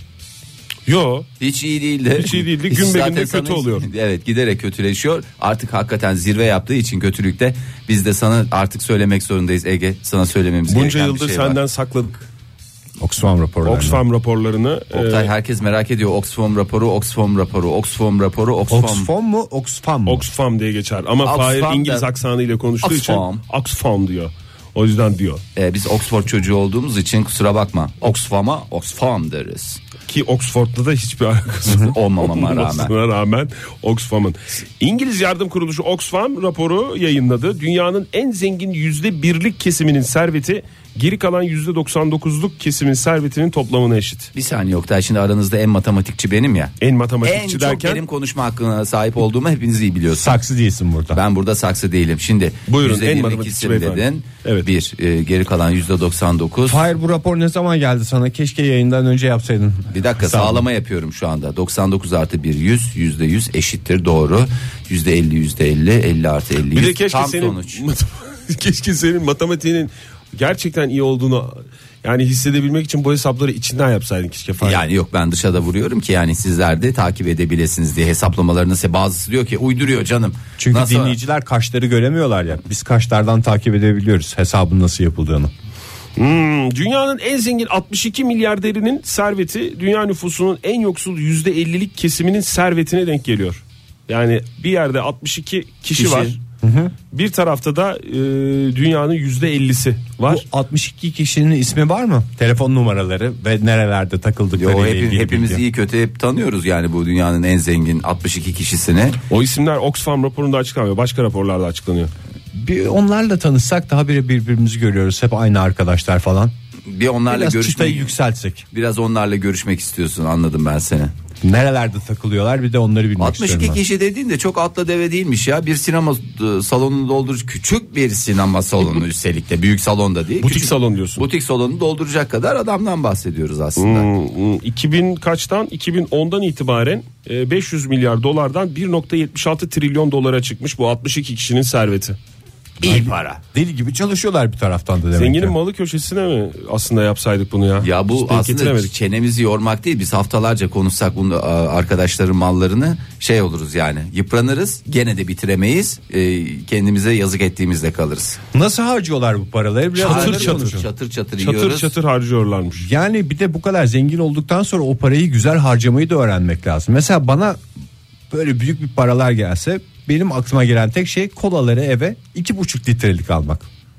Yo. Hiç iyi değildi. Hiç iyi değildi. Gün be Zaten gün de sana kötü hiç- oluyor. Evet, giderek kötüleşiyor. Artık hakikaten zirve yaptığı için kötülükte biz de sana artık söylemek zorundayız Ege. Sana söylememiz Bunca gereken yıldır bir şey senden var. sakladık. Oxfam raporlarını. Oxfam raporlarını. Oktay e, herkes merak ediyor. Oxfam raporu, Oxfam raporu, Oxfam raporu, Oxfam. Oxfam mu Oxfam mı? Oxfam diye geçer. Ama Oxfam Fahir der. İngiliz aksanıyla konuştuğu Oxfam. için Oxfam diyor. O yüzden diyor. Ee, biz Oxford çocuğu olduğumuz için kusura bakma. Oxfam'a Oxfam deriz. Ki Oxford'la da hiçbir alakası Olmamama rağmen. olmamasına rağmen Oxfam'ın. İngiliz yardım kuruluşu Oxfam raporu yayınladı. Dünyanın en zengin yüzde birlik kesiminin serveti geri kalan yüzde doksan dokuzluk kesimin servetinin toplamına eşit. Bir saniye Oktay, şimdi aranızda en matematikçi benim ya. En En matematikçi çok derken benim konuşma hakkına sahip olduğumu hepiniz iyi biliyorsunuz. Saksı değilsin burada. Ben burada saksı değilim. Şimdi Buyurun, yüzde en birlik matematikçi isim beyefendi. dedin. Evet. Bir e, geri kalan yüzde doksan dokuz. Hayır bu rapor ne zaman geldi sana? Keşke yayından önce yapsaydın. Bir dakika, Sağ olun. sağlama yapıyorum şu anda. doksan dokuz artı bir yüz, yüzde yüz eşittir doğru. yüzde elli yüzde elli, elli artı elli bir de yüz. keşke Tam senin sonuç. keşke senin matematiğinin gerçekten iyi olduğunu yani hissedebilmek için bu hesapları içinden yapsaydın keşke Fahir. Yani yok, ben dışarıda vuruyorum ki yani sizler de takip edebilirsiniz diye hesaplamalarını ise bazısı diyor ki uyduruyor canım. Çünkü Nasıl? dinleyiciler kaşları göremiyorlar ya. Biz kaşlardan takip edebiliyoruz hesabın nasıl yapıldığını. Hmm, dünyanın en zengin altmış iki milyarderinin serveti dünya nüfusunun en yoksul yüzde ellilik kesiminin servetine denk geliyor. Yani bir yerde altmış iki kişi, Kişi. var. Bir tarafta da e, dünyanın yüzde ellisi var. Bu altmış iki kişinin ismi var mı? Telefon numaraları ve nerelerde takıldıkları Yo, ile hep- ilgili hepimiz bilgi. iyi kötü hep tanıyoruz yani bu dünyanın en zengin altmış iki kişisini. O isimler Oxfam raporunda açıklanmıyor. Başka raporlarda açıklanıyor. Bir onlarla tanışsak daha biri birbirimizi görüyoruz. Hep aynı arkadaşlar falan. Bir onlarla Biraz çıtayı görüşmeyi yükseltsek. biraz onlarla görüşmek istiyorsun, anladım ben seni. Nerelerde takılıyorlar bir de onları bilmek altmış istiyorum iki ben. kişi dediğin de çok atla deve değilmiş ya. Bir sinema e, salonunu dolduracak, küçük bir sinema salonu üstelik de, büyük salonda değil. Butik küçük- salon diyorsun. Butik salonu dolduracak kadar adamdan bahsediyoruz aslında. Hmm, iki bin kaçtan iki bin ondan itibaren e, beş yüz milyar dolardan bir nokta yetmiş altı trilyon dolara çıkmış bu altmış iki kişinin serveti. İyi para. Deli gibi çalışıyorlar bir taraftan da demek Zenginin ki. malı köşesine mi aslında yapsaydık bunu ya? Ya bu Hiç denk aslında getiremedik. çenemizi yormak değil. Biz haftalarca konuşsak bunu arkadaşların mallarını şey oluruz yani. Yıpranırız, gene de bitiremeyiz. E, kendimize yazık ettiğimizde kalırız. Nasıl harcıyorlar bu paraları? Biraz Çatır onları çatır. konuşalım. Çatır çatır Çatır yiyoruz. çatır harcıyorlarmış. Yani bir de bu kadar zengin olduktan sonra o parayı güzel harcamayı da öğrenmek lazım. Mesela bana böyle büyük bir paralar gelse benim aklıma gelen tek şey kolaları eve iki buçuk litrelik almak.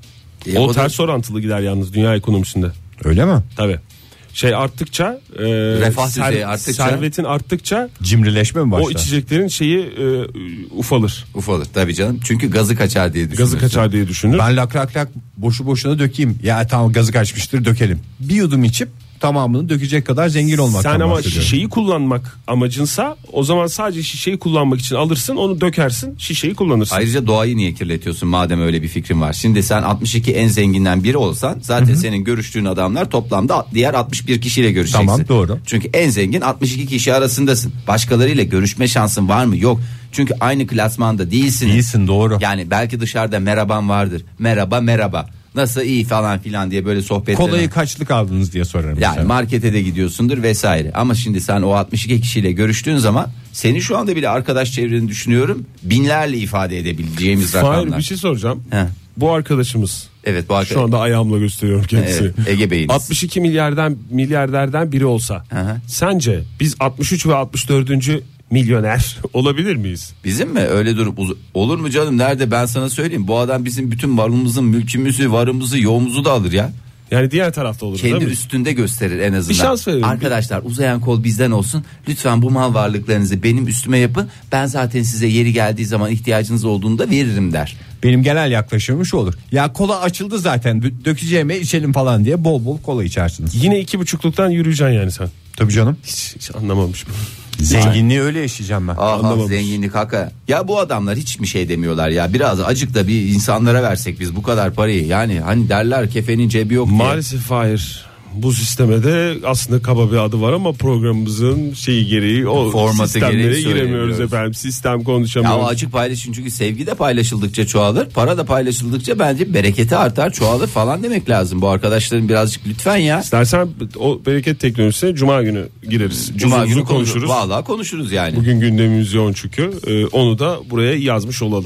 E, O, o da- ters orantılı gider yalnız dünya ekonomisinde. Öyle mi? Tabii. Şey arttıkça e, Refah düzeyi arttıkça- servetin arttıkça Cimrileşme mi başlar? o içeceklerin şeyi e, ufalır. Ufalır tabii canım. Çünkü gazı kaçar diye düşünüyorsun. Gazı kaçar diye düşünür. Ben lak lak lak boşu boşuna dökeyim. Ya tamam gazı kaçmıştır dökelim. Bir yudum içip tamamını dökecek kadar zengin olmaktan Sen ama bahsediyorum. şişeyi kullanmak amacınsa o zaman sadece şişeyi kullanmak için alırsın, onu dökersin, şişeyi kullanırsın. Ayrıca doğayı niye kirletiyorsun madem öyle bir fikrin var. Şimdi sen altmış iki en zenginden biri olsan zaten Hı-hı. senin görüştüğün adamlar toplamda diğer altmış bir kişiyle görüşeceksin. Tamam, doğru. Çünkü en zengin altmış iki kişi arasındasın. Başkalarıyla görüşme şansın var mı? Yok. Çünkü aynı klasmanda değilsin. Değilsin, doğru. Yani belki dışarıda merhaban vardır. Merhaba merhaba. Nasıl iyi falan filan diye böyle sohbetler. Kolayı kaçlık aldınız diye sorarım. Yani mesela. markete de gidiyorsundur vesaire. Ama şimdi sen o altmış iki kişiyle görüştüğün zaman seni şu anda bile arkadaş çevreni düşünüyorum. Binlerle ifade edebileceğimiz Fahir, rakamlar. bir şey soracağım. He. Bu arkadaşımız. Evet bu arkadaş. Şu anda ayağımla gösteriyorum kendisini. Evet, Ege Bey'iniz. altmış iki milyardan milyarderden biri olsa. Hı hı. Sence biz altmış üç ve altmış dördüncü milyoner olabilir miyiz? Bizim mi öyle durup uz- olur mu canım, nerede, ben sana söyleyeyim, bu adam bizim bütün varlığımızın, mülkümüzü, varımızı, yoğumuzu da alır ya. Yani diğer tarafta olur değil Kendi mi? üstünde gösterir en azından. Bir şans verelim. Arkadaşlar uzayan kol bizden olsun. Lütfen bu mal varlıklarınızı benim üstüme yapın. Ben zaten size yeri geldiği zaman ihtiyacınız olduğunda veririm der. Benim genel yaklaşımım şu olur. Ya kola açıldı zaten dö- dökeceğime içelim falan diye bol bol kola içersiniz. Yine iki buçukluktan yürüyeceksin yani sen. Tabii canım. Hiç, hiç anlamamış bu. Zenginliği öyle yaşayacağım ben. Aha, Anlamamış. zenginlik hakikaten. Ya bu adamlar hiç mi şey demiyorlar ya, biraz acık da bir insanlara versek biz bu kadar parayı, yani hani derler kefenin cebi yok diye. Maalesef hayır. Bu sisteme de aslında kaba bir adı var ama programımızın şeyi gereği o Formatı sistemlere gereği giremiyoruz söylemiyoruz. efendim. Sistem Ya konuşamıyoruz. o açık paylaşın, çünkü sevgi de paylaşıldıkça çoğalır, para da paylaşıldıkça bence bereketi artar, çoğalır falan demek lazım. Bu arkadaşların birazcık lütfen ya. İstersen o bereket teknolojisine cuma günü gireriz. Cuma Uzun günü uzun konuşuruz. Vallahi konuşuruz yani. Bugün gündemimiz yoğun çünkü. Ee, onu da buraya yazmış olalım.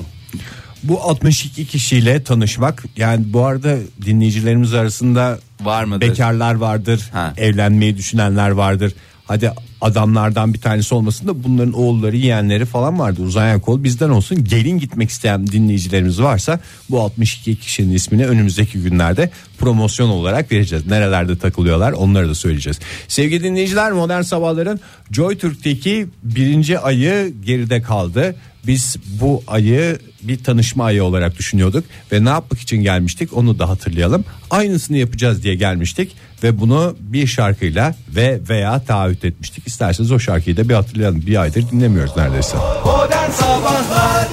Bu altmış iki kişiyle tanışmak, yani bu arada dinleyicilerimiz arasında Var mıdır? bekarlar vardır, Ha. evlenmeyi düşünenler vardır. Hadi adamlardan bir tanesi olmasın da bunların oğulları, yeğenleri falan vardı. Uzayan kol bizden olsun. Gelin gitmek isteyen dinleyicilerimiz varsa bu altmış iki kişinin ismini önümüzdeki günlerde promosyon olarak vereceğiz. Nerelerde takılıyorlar onları da söyleyeceğiz. Sevgili dinleyiciler, Modern Sabahların Joy Türk'teki birinci ayı geride kaldı. Biz bu ayı bir tanışma ayı olarak düşünüyorduk ve ne yapmak için gelmiştik onu da hatırlayalım. Aynısını yapacağız diye gelmiştik ve bunu bir şarkıyla ve veya taahhüt etmiştik. İsterseniz o şarkıyı da bir hatırlayalım. Bir aydır dinlemiyoruz neredeyse. Modern Sabahlar.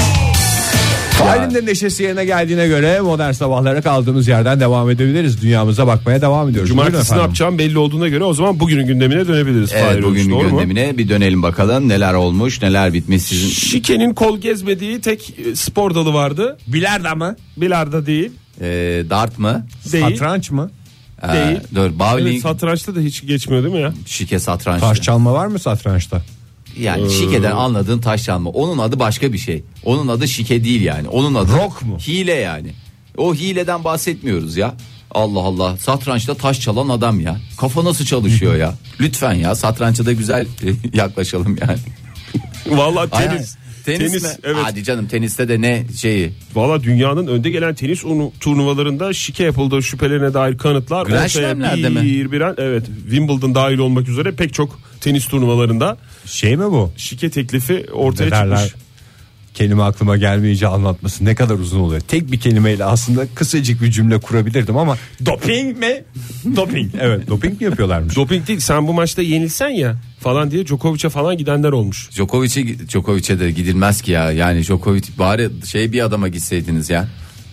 Halinde neşesi yerine geldiğine göre Modern Sabahlara kaldığımız yerden devam edebiliriz. Dünyamıza bakmaya devam ediyoruz. Buyurun Cumartesi ne efendim. yapacağım belli olduğuna göre o zaman bugünün gündemine dönebiliriz. Evet, Fahir bugün Öğünç, doğru mu? gündemine bir dönelim bakalım, neler olmuş, neler bitmiş sizin. Şike'nin kol gezmediği tek e, spor dalı vardı. Bilardo mı? Bilardo değil. Ee, dart mı? Değil. Satranç mı? Ee, Değil. dur, bowling, Evet, satrançta da hiç geçmiyor değil mi ya? şike, satranç. Taş çalma var mı satrançta? Yani şikeden anladığın taş çalma. Onun adı başka bir şey. Onun adı şike değil yani. Onun adı Rock mu? hile yani. O hileden bahsetmiyoruz ya. Allah Allah, satrançta taş çalan adam ya. Kafa nasıl çalışıyor ya? Lütfen ya, satrança da güzel yaklaşalım yani. Vallahi Ay, tenis. ay. Tenis, mi? evet. Hadi canım, teniste de ne şeyi. Valla dünyanın önde gelen tenis unu- turnuvalarında şike yapıldığı şüphelerine dair kanıtlar Grand ortaya Slam'lerde mi? bir bir an, evet, Wimbledon dahil olmak üzere pek çok tenis turnuvalarında Şey mi bu? şike teklifi ortaya Ne derler? çıkmış. Kelime aklıma gelmeyince anlatması ne kadar uzun oluyor. Tek bir kelimeyle aslında kısacık bir cümle kurabilirdim ama doping mi? Doping. Evet, doping mi yapıyorlarmış? Doping değil, sen bu maçta yenilsen ya falan diye Djokovic'e falan gidenler olmuş. Djokovic'e Djokovic'e de gidilmez ki ya. Yani Djokovic, bari şey bir adama gitseydiniz ya.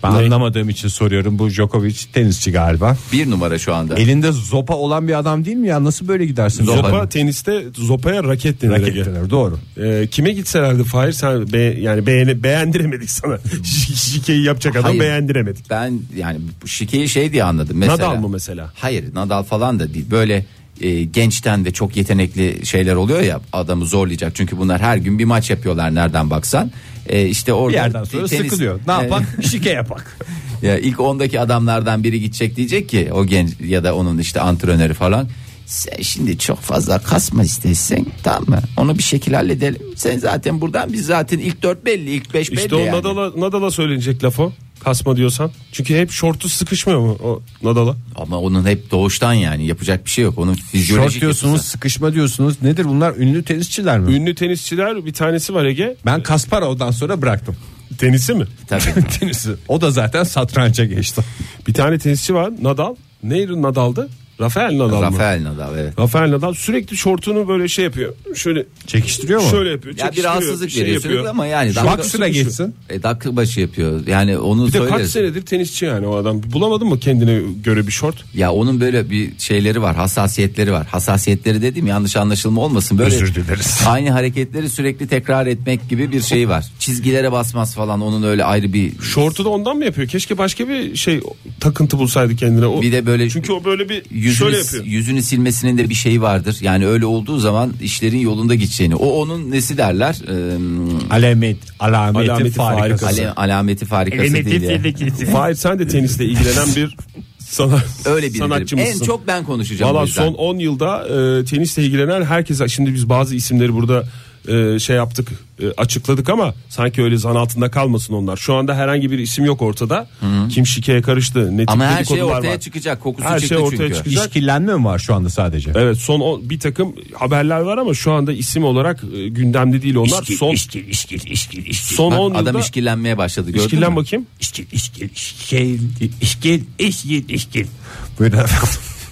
Ben Ne? anlamadığım için soruyorum. Bu Djokovic tenisçi galiba. Bir numara şu anda. Elinde zopa olan bir adam değil mi ya? Nasıl böyle gidersin? Zopa Zopa. teniste zopaya raket denir. Raket Ege. denir, doğru. Ee, kime gitselerdi Fahir sen be, yani beğeni, beğendiremedik sana. Şikeyi yapacak adam Hayır. beğendiremedik. Ben yani bu şikeyi şey diye anladım. Mesela, Nadal mı mesela? Hayır, Nadal falan da değil. Böyle e, gençten de çok yetenekli şeyler oluyor ya, adamı zorlayacak. Çünkü bunlar her gün bir maç yapıyorlar nereden baksan. E, işte orada Bir yerden sonra tenis- sıkılıyor. Ne E, yapak? Şike yapak. Ya ilk ondaki adamlardan biri gidecek, diyecek ki o genç ya da onun işte antrenörü falan, sen şimdi çok fazla kasma istersen, tamam mı? Onu bir şekilde halledelim. Sen zaten buradan, biz zaten ilk dört belli, ilk beş belli İşte o yani. Nadal'a, Nadal'a söylenecek laf o. Kasma diyorsan. Çünkü hep şortu sıkışmıyor mu o Nadal'a? Ama onun hep doğuştan, yani yapacak bir şey yok. Onun fizyolojik Şort diyorsunuz, yapısı. sıkışma diyorsunuz. Nedir bunlar? Ünlü tenisçiler mi? Ünlü tenisçiler bir tanesi var Ege. Ben Kasparov'dan sonra bıraktım. Tenisi mi? Tabii. Tenisi. O da zaten satranca geçti. Bir tane tenisçi var Nadal. Neydi Nadal'dı? Rafael Nadal mı? Rafael Nadal, evet. Rafael Nadal sürekli şortunu böyle şey yapıyor. Şöyle Çekiştiriyor mu? şöyle yapıyor. Ya bir çekiştiriyor, rahatsızlık şey veriyor sürekli ama yani Bak dakika, sıra geçsin. e, dakika başı yapıyor. Yani onu Bir de kaç söyleriz. senedir tenisçi yani o adam. Bulamadın mı kendine göre bir şort? Ya onun böyle bir şeyleri var, hassasiyetleri var. Hassasiyetleri dediğim, yanlış anlaşılma olmasın. Böyle Özür dileriz. aynı hareketleri sürekli tekrar etmek gibi bir şey var. Çizgilere basmaz falan, onun öyle ayrı bir. Şortu da ondan mı yapıyor? Keşke başka bir şey takıntı bulsaydı kendine. O, Bir de böyle çünkü o böyle bir yüzünü, şöyle yapıyor. yüzünü silmesinin de bir şeyi vardır. Yani öyle olduğu zaman işlerin yolunda gideceğini. O onun nesi derler? Ee, Alamet, alameti, Alameti farikası. farikası. ale- alameti farikası değil ya. Fahir sen de tenisle ilgilenen bir sana, Öyle sanatçı biridir. En mısın? çok ben konuşacağım o Valla yüzden. son on yılda e, tenisle ilgilenen herkese, şimdi biz bazı isimleri burada e, şey yaptık, e, açıkladık ama sanki öyle zan altında kalmasın onlar. Şu anda herhangi bir isim yok ortada. Kim şikeye karıştı, ne tip Ama her şey dedikodular ortaya var. çıkacak. Kokusu Her çıktı şey ortaya çünkü. çıkacak. İşkillenme mi var şu anda sadece? Evet, son on, bir takım haberler var ama şu anda isim olarak e, gündemde değil onlar. son işkil, işkil, işkil, işkil. son Bak, on adam yılda işkillenmeye başladı, gördün işkillen mü? bakayım. İşkil, işkil, işkil, işkil, işkil, işkil. Buyurun efendim.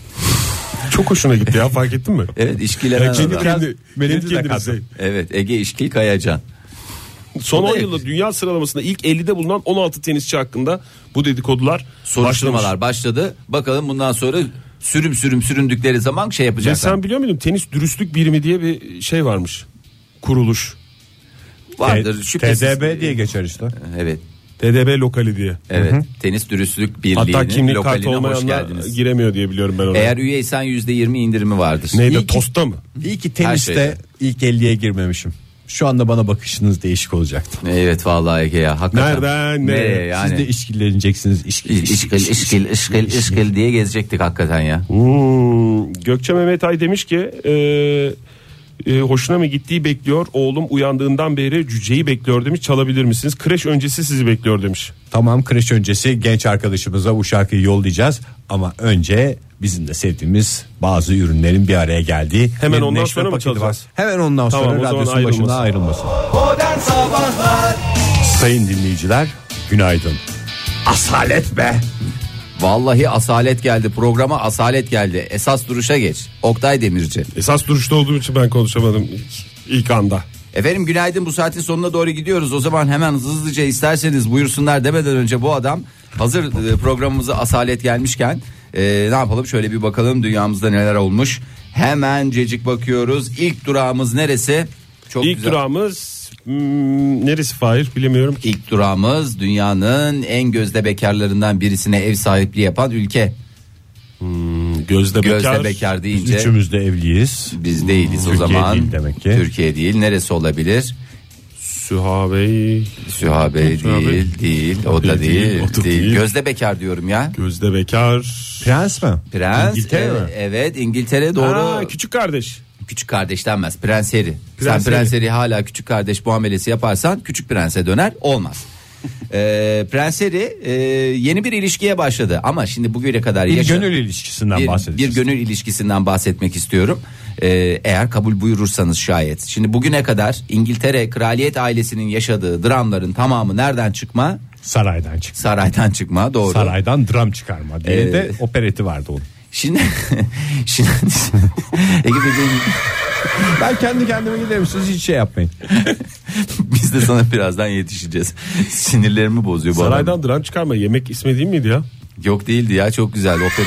Çok hoşuna gitti ya, fark ettin mi? Evet, işkilenen Ya kendi adam. kendi, melodi kendi de kendine kaldı. şey. Evet, Ege İşkil Kayacan. Son O da on evet. yılda dünya sıralamasında ilk ellide bulunan on altı tenisçi hakkında bu dedikodular Soruşturmalar başlamış. başladı. Bakalım bundan sonra sürüm sürüm süründükleri zaman şey Ve yapacaklar. sen biliyor muydun, tenis dürüstlük birimi diye bir şey varmış. Kuruluş. Vardır şüphesiz. T D B diye geçer işte. Evet. T D B lokali diye. Evet. Tenis Dürüstlük Hatta Birliği'nin kimlik kartı lokaline hoş olmayanlar geldiniz. giremiyor diye biliyorum ben onu. Eğer üyeysen yüzde yirmi indirimi vardır. Neydi, İyi ki- tosta mı? İyi ki Her teniste şeyde. ilk elliye girmemişim. Şu anda bana bakışınız değişik olacaktı. Evet vallahi Ege ya, hakikaten. Nereden nereye? Nereye yani? Siz de işkilleneceksiniz. İşkil, İş- İşkil, işkil, işkil, işkil diye gezecektik hakikaten ya. Hmm, Gökçe Mehmet Ay demiş ki e, e, hoşuna mı gittiği bekliyor. Oğlum uyandığından beri cüceyi bekliyor demiş. Çalabilir misiniz? Kreş öncesi sizi bekliyor demiş. Tamam, kreş öncesi genç arkadaşımıza bu şarkıyı yollayacağız. Ama önce bizim de sevdiğimiz bazı ürünlerin bir araya geldiği. Hemen bir ondan neşve sonra mı paketi çalacağız? var. Hemen ondan Tamam, o sonra zaman radyosunun başına ayrılmasın. ayrılmasın. Modern Sabahlar Sayın dinleyiciler, günaydın. Asalet be. Vallahi asalet geldi programa, asalet geldi. Esas duruşa geç. Oktay Demirci. Esas duruşta olduğum için ben konuşamadım ilk, ilk anda. Efendim günaydın, bu saatin sonuna doğru gidiyoruz. O zaman hemen hızlıca isterseniz buyursunlar demeden önce bu adam hazır e, programımıza asalet gelmişken e, ne yapalım, şöyle bir bakalım dünyamızda neler olmuş. Hemen cecik bakıyoruz. İlk durağımız neresi? Çok İlk güzel. durağımız hmm, neresi Fahir bilemiyorum ki. İlk durağımız dünyanın en gözde bekarlarından birisine ev sahipliği yapan ülke. Gözde Gözde bekar. bekar deyince Üçümüz de evliyiz. biz değiliz o Türkiye zaman. değil demek ki. Türkiye değil, neresi olabilir? Süha Bey. Süha Bey Süha Bey. değil, değil, o da Değil, değil, o da değil. değil. Gözde bekar diyorum ya. Gözde bekar. Prens mi? Prens, İngiltere evet, mi? evet, İngiltere doğru. Aa, küçük kardeş. Küçük kardeş denmez, Prens Harry. Prens Sen Prens Harry. Harry hala küçük kardeş muamelesi yaparsan küçük prense döner, olmaz. ee, Prens Harry e, yeni bir ilişkiye başladı ama şimdi bugüne kadar Bir yaşa- gönül ilişkisinden bir, bir bahsedeceğiz. gönül ilişkisinden bahsetmek istiyorum. Ee, eğer kabul buyurursanız şayet. Şimdi bugüne kadar İngiltere kraliyet ailesinin yaşadığı dramların tamamı nereden çıkma? Saraydan çık. Saraydan çıkma, doğru. Saraydan dram çıkarma diye Ee, de opereti vardı onun. Şimdi şimdi Ege bebeğim, Ben kendi kendime giderim, siz hiç şey yapmayın. Biz de sana birazdan yetişeceğiz. Sinirlerimi bozuyor bu adam. Saraydan dram çıkarma, yemek ismi değil miydi ya? Yok değildi ya, çok güzel. Opera...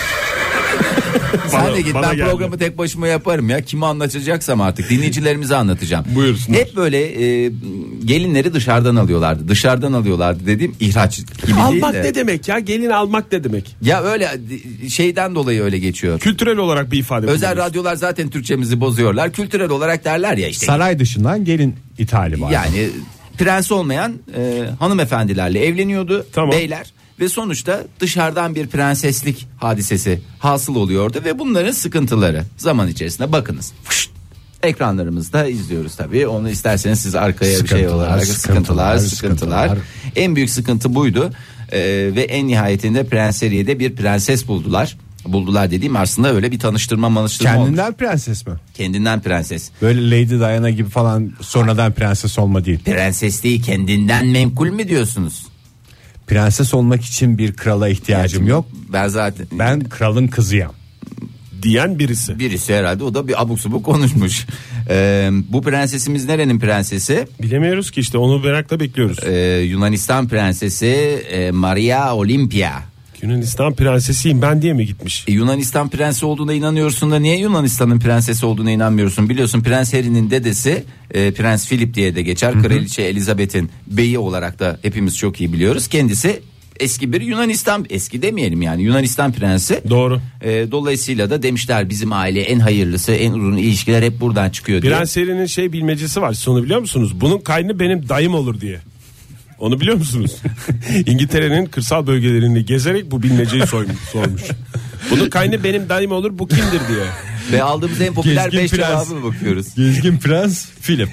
Sen de git, ben geldi. programı tek başıma yaparım ya. Kime anlatacaksam artık dinleyicilerimize anlatacağım. Buyursunlar. Hep böyle e, gelinleri dışarıdan alıyorlardı. Dışarıdan alıyorlardı dediğim ihraç gibi Almak değil de. ne demek ya? Gelin almak ne demek? Ya öyle şeyden dolayı öyle geçiyor. Kültürel olarak bir ifade. Özel kullanıyoruz. radyolar zaten Türkçemizi bozuyorlar. Kültürel olarak derler ya işte. Saray dışından gelin ithali var. Yani prens olmayan e, hanımefendilerle evleniyordu Tamam. beyler. Ve sonuçta dışarıdan bir prenseslik hadisesi hasıl oluyordu ve bunların sıkıntıları zaman içerisinde bakınız. Fışt, ekranlarımızda izliyoruz tabii. Onu isterseniz siz arkaya bir şey Sıkıntılar, olarak sıkıntılar, sıkıntılar, sıkıntılar. sıkıntılar. En büyük sıkıntı buydu. Ee, ve en nihayetinde Prens Harry'de bir prenses buldular. Buldular dediğim aslında öyle bir tanıştırma manıştırma Kendinden olmuş. prenses mi? Kendinden prenses. Böyle Lady Diana gibi falan sonradan prenses olma değil. Prensesliği kendinden menkul mü diyorsunuz? Prenses olmak için bir krala ihtiyacım yok. Ben zaten Ben kralın kızıyım diyen birisi. birisi herhalde, o da bir abuk subuk konuşmuş. Ee, bu prensesimiz nerenin prensesi? Bilemiyoruz ki işte, onu merakla bekliyoruz. Ee, Yunanistan prensesi e, Maria Olimpia. Yunanistan prensesiyim ben diye mi gitmiş? E, Yunanistan prensi olduğuna inanıyorsun da niye Yunanistan'ın prensesi olduğuna inanmıyorsun? Biliyorsun Prens Harry'nin dedesi e, Prens Philip diye de geçer. Hı hı. Kraliçe Elizabeth'in beyi olarak da hepimiz çok iyi biliyoruz. Kendisi eski bir Yunanistan, eski demeyelim yani, Yunanistan prensi. Doğru. E, dolayısıyla da demişler bizim aile en hayırlısı, en uzun ilişkiler hep buradan çıkıyor diye. Prens Harry'nin şey bilmecesi var, siz onu biliyor musunuz? Bunun kaynı benim dayım olur diye. Onu biliyor musunuz? İngiltere'nin kırsal bölgelerini gezerek bu bilmeceyi sormuş. sormuş. Bunun kaynı benim dayım olur, bu kimdir diye. Ve aldığımız en popüler Gezgin beş prens. cevabı bakıyoruz. Gezgin prens Philip.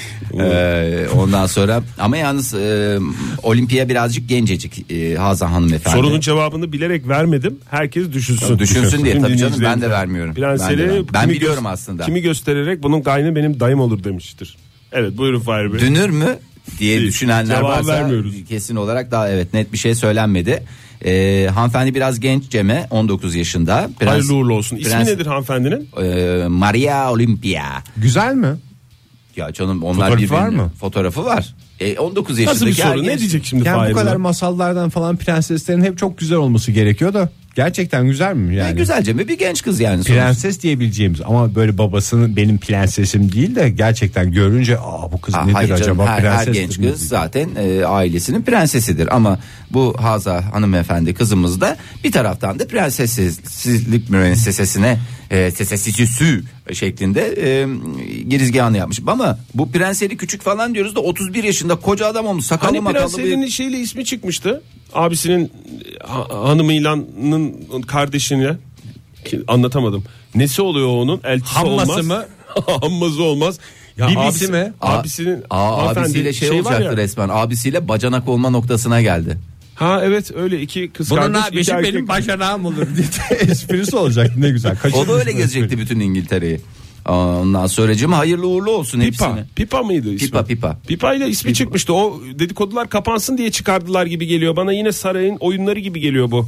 Ee, ondan sonra ama yalnız e, Olimpiya birazcık gencecik e, Hazan hanımefendi. Sorunun cevabını bilerek vermedim. Herkes düşünsün. Düşünsün diye Tüm tabii canım, ben de dinleyicilerimize. vermiyorum. Prens Ben de Harry ver- ben kimi biliyorum gö- aslında. Kimi göstererek bunun kaynı benim dayım olur demiştir. Evet, buyurun Fahir Bey. Dünür mü diye Değil. düşünenler Cevap varsa vermiyoruz. kesin olarak daha evet net bir şey söylenmedi. Ee, hanımefendi biraz genç Cem'e, on dokuz yaşında. Prens, Hayırlı uğurlu olsun. İsmi Prens- nedir hanımefendinin? e, Maria Olimpia. Güzel mi? Ya canım onlar Fotoğrafı birbirine- var mı? Fotoğrafı var. E, on dokuz Nasıl yaşındaki bir soru? genç- Ne diyecek şimdi Yani Fahir bu kadar Bey? masallardan falan prenseslerin hep çok güzel olması gerekiyor da gerçekten güzel mi yani? Yani güzel Cem'e bir genç kız yani. sonuçta. Prenses diyebileceğimiz ama böyle babasının benim prensesim değil de gerçekten görünce aa bu kız Ha, nedir hayır canım, acaba her, her prenses genç mi? kız zaten e, ailesinin prensesidir ama bu Haza hanımefendi kızımız da bir taraftan da prenseslik müessesesine e, sesesicisi şeklinde e, girizgahını yapmış ama bu prenseli küçük falan diyoruz da otuz bir yaşında koca adam olmuş, sakallı Hani makallı Prens Harry'nin bir... şeyle ismi çıkmıştı. Abisinin ha, hanımıylanın kardeşine, ki anlatamadım. Nesi oluyor onun? Elçisi Hamması olmaz. mı? Hamması olmaz. Ya Bibisi abisi mi? Abisinin Aa, hanımefendi abisiyle şey, var olacaktı ya. resmen, abisiyle bacanak olma noktasına geldi. Ha evet, öyle iki kız Bunun kardeş. abisi iki erkek. benim bacanağım olur diye esprisi olacak, ne güzel. O da öyle Kaçırmışsın gezecekti espriyi. bütün İngiltere'yi. Ondan sonracığım hayırlı uğurlu olsun Pipa. hepsine. Pipa mıydı ismi? Pipa, Pipa. Pipa ile ismi çıkmıştı. O dedikodular kapansın diye çıkardılar gibi geliyor. Bana yine sarayın oyunları gibi geliyor bu.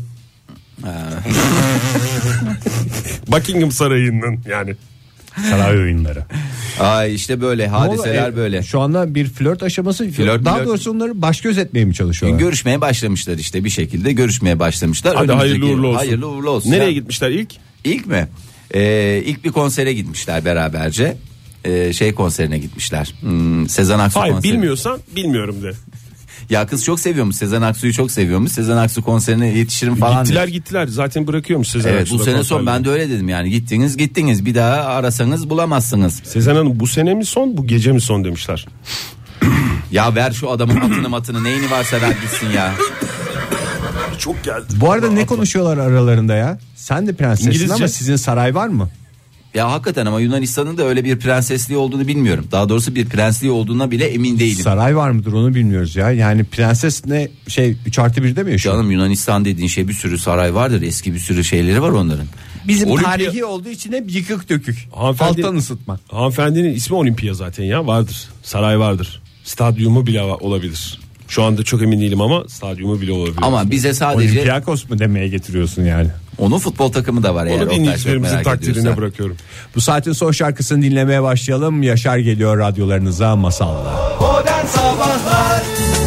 Buckingham Sarayı'nın yani. Saray oyunları. Ay işte böyle hadiseler Ama, e, böyle. Şu anda bir flört aşaması. Flört, daha flört. doğrusu onları baş göz etmeye mi çalışıyorlar? Görüşmeye başlamışlar işte, bir şekilde görüşmeye başlamışlar. Hadi Önümüzdeki- hayırlı uğurlu olsun. Hayırlı uğurlu olsun. Nereye Ya, gitmişler ilk? İlk mi? Ee, ilk bir konsere gitmişler beraberce. Ee, şey konserine gitmişler. Hmm, Sezen Aksu Hayır, konseri. bilmiyorsan bilmiyorum de. Ya kız çok seviyormuş, Sezen Aksu'yu çok seviyormuş. Sezen Aksu konserine yetişirim falan. Gittiler diye. gittiler. Zaten bırakıyormuş Sezen Evet, Aksu'da bu sene son, konserleri. ben de öyle dedim yani, gittiniz gittiniz, bir daha arasanız bulamazsınız. Sezen Hanım bu sene mi son, bu gece mi son demişler. Ya ver şu adamın matını matını, neyini varsa ver gitsin ya. Çok geldi. Bu arada ne konuşuyorlar aralarında ya? Sen de prensessin İngilizce. ama sizin saray var mı? Ya hakikaten ama Yunanistan'ın da öyle bir prensesliği olduğunu bilmiyorum. Daha doğrusu bir prensliği olduğuna bile emin değilim. Saray var mıdır onu bilmiyoruz ya. Yani prenses ne şey üç artı birde mi yaşıyor? Canım Yunanistan dediğin şey, bir sürü saray vardır. Eski bir sürü şeyleri var onların. Bizim Olimpiya- tarihi olduğu için hep yıkık dökük. Hanımefendi- Alttan ısıtma. Hanımefendinin ismi Olimpiya zaten ya, vardır. Saray vardır. Stadyumu bile va- olabilir. Şu anda çok emin değilim ama stadyumu bile olabilir. Ama bize sadece Olympiakos mu demeye getiriyorsun yani? onun futbol takımı da var. Onu dinleyicilerimizin takdirine bırakıyorum. Bu saatin son şarkısını dinlemeye başlayalım. Yaşar geliyor radyolarınıza masalla. Modern Sabahlar.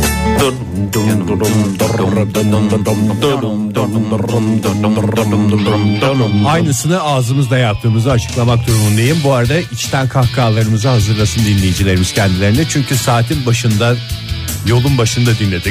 Aynısını ağzımızda yaptığımızı açıklamak durumundayım. Bu arada içten kahkahalarımızı hazırlasın dinleyicilerimiz kendilerine. Çünkü saatin başında, yolun başında dinledik.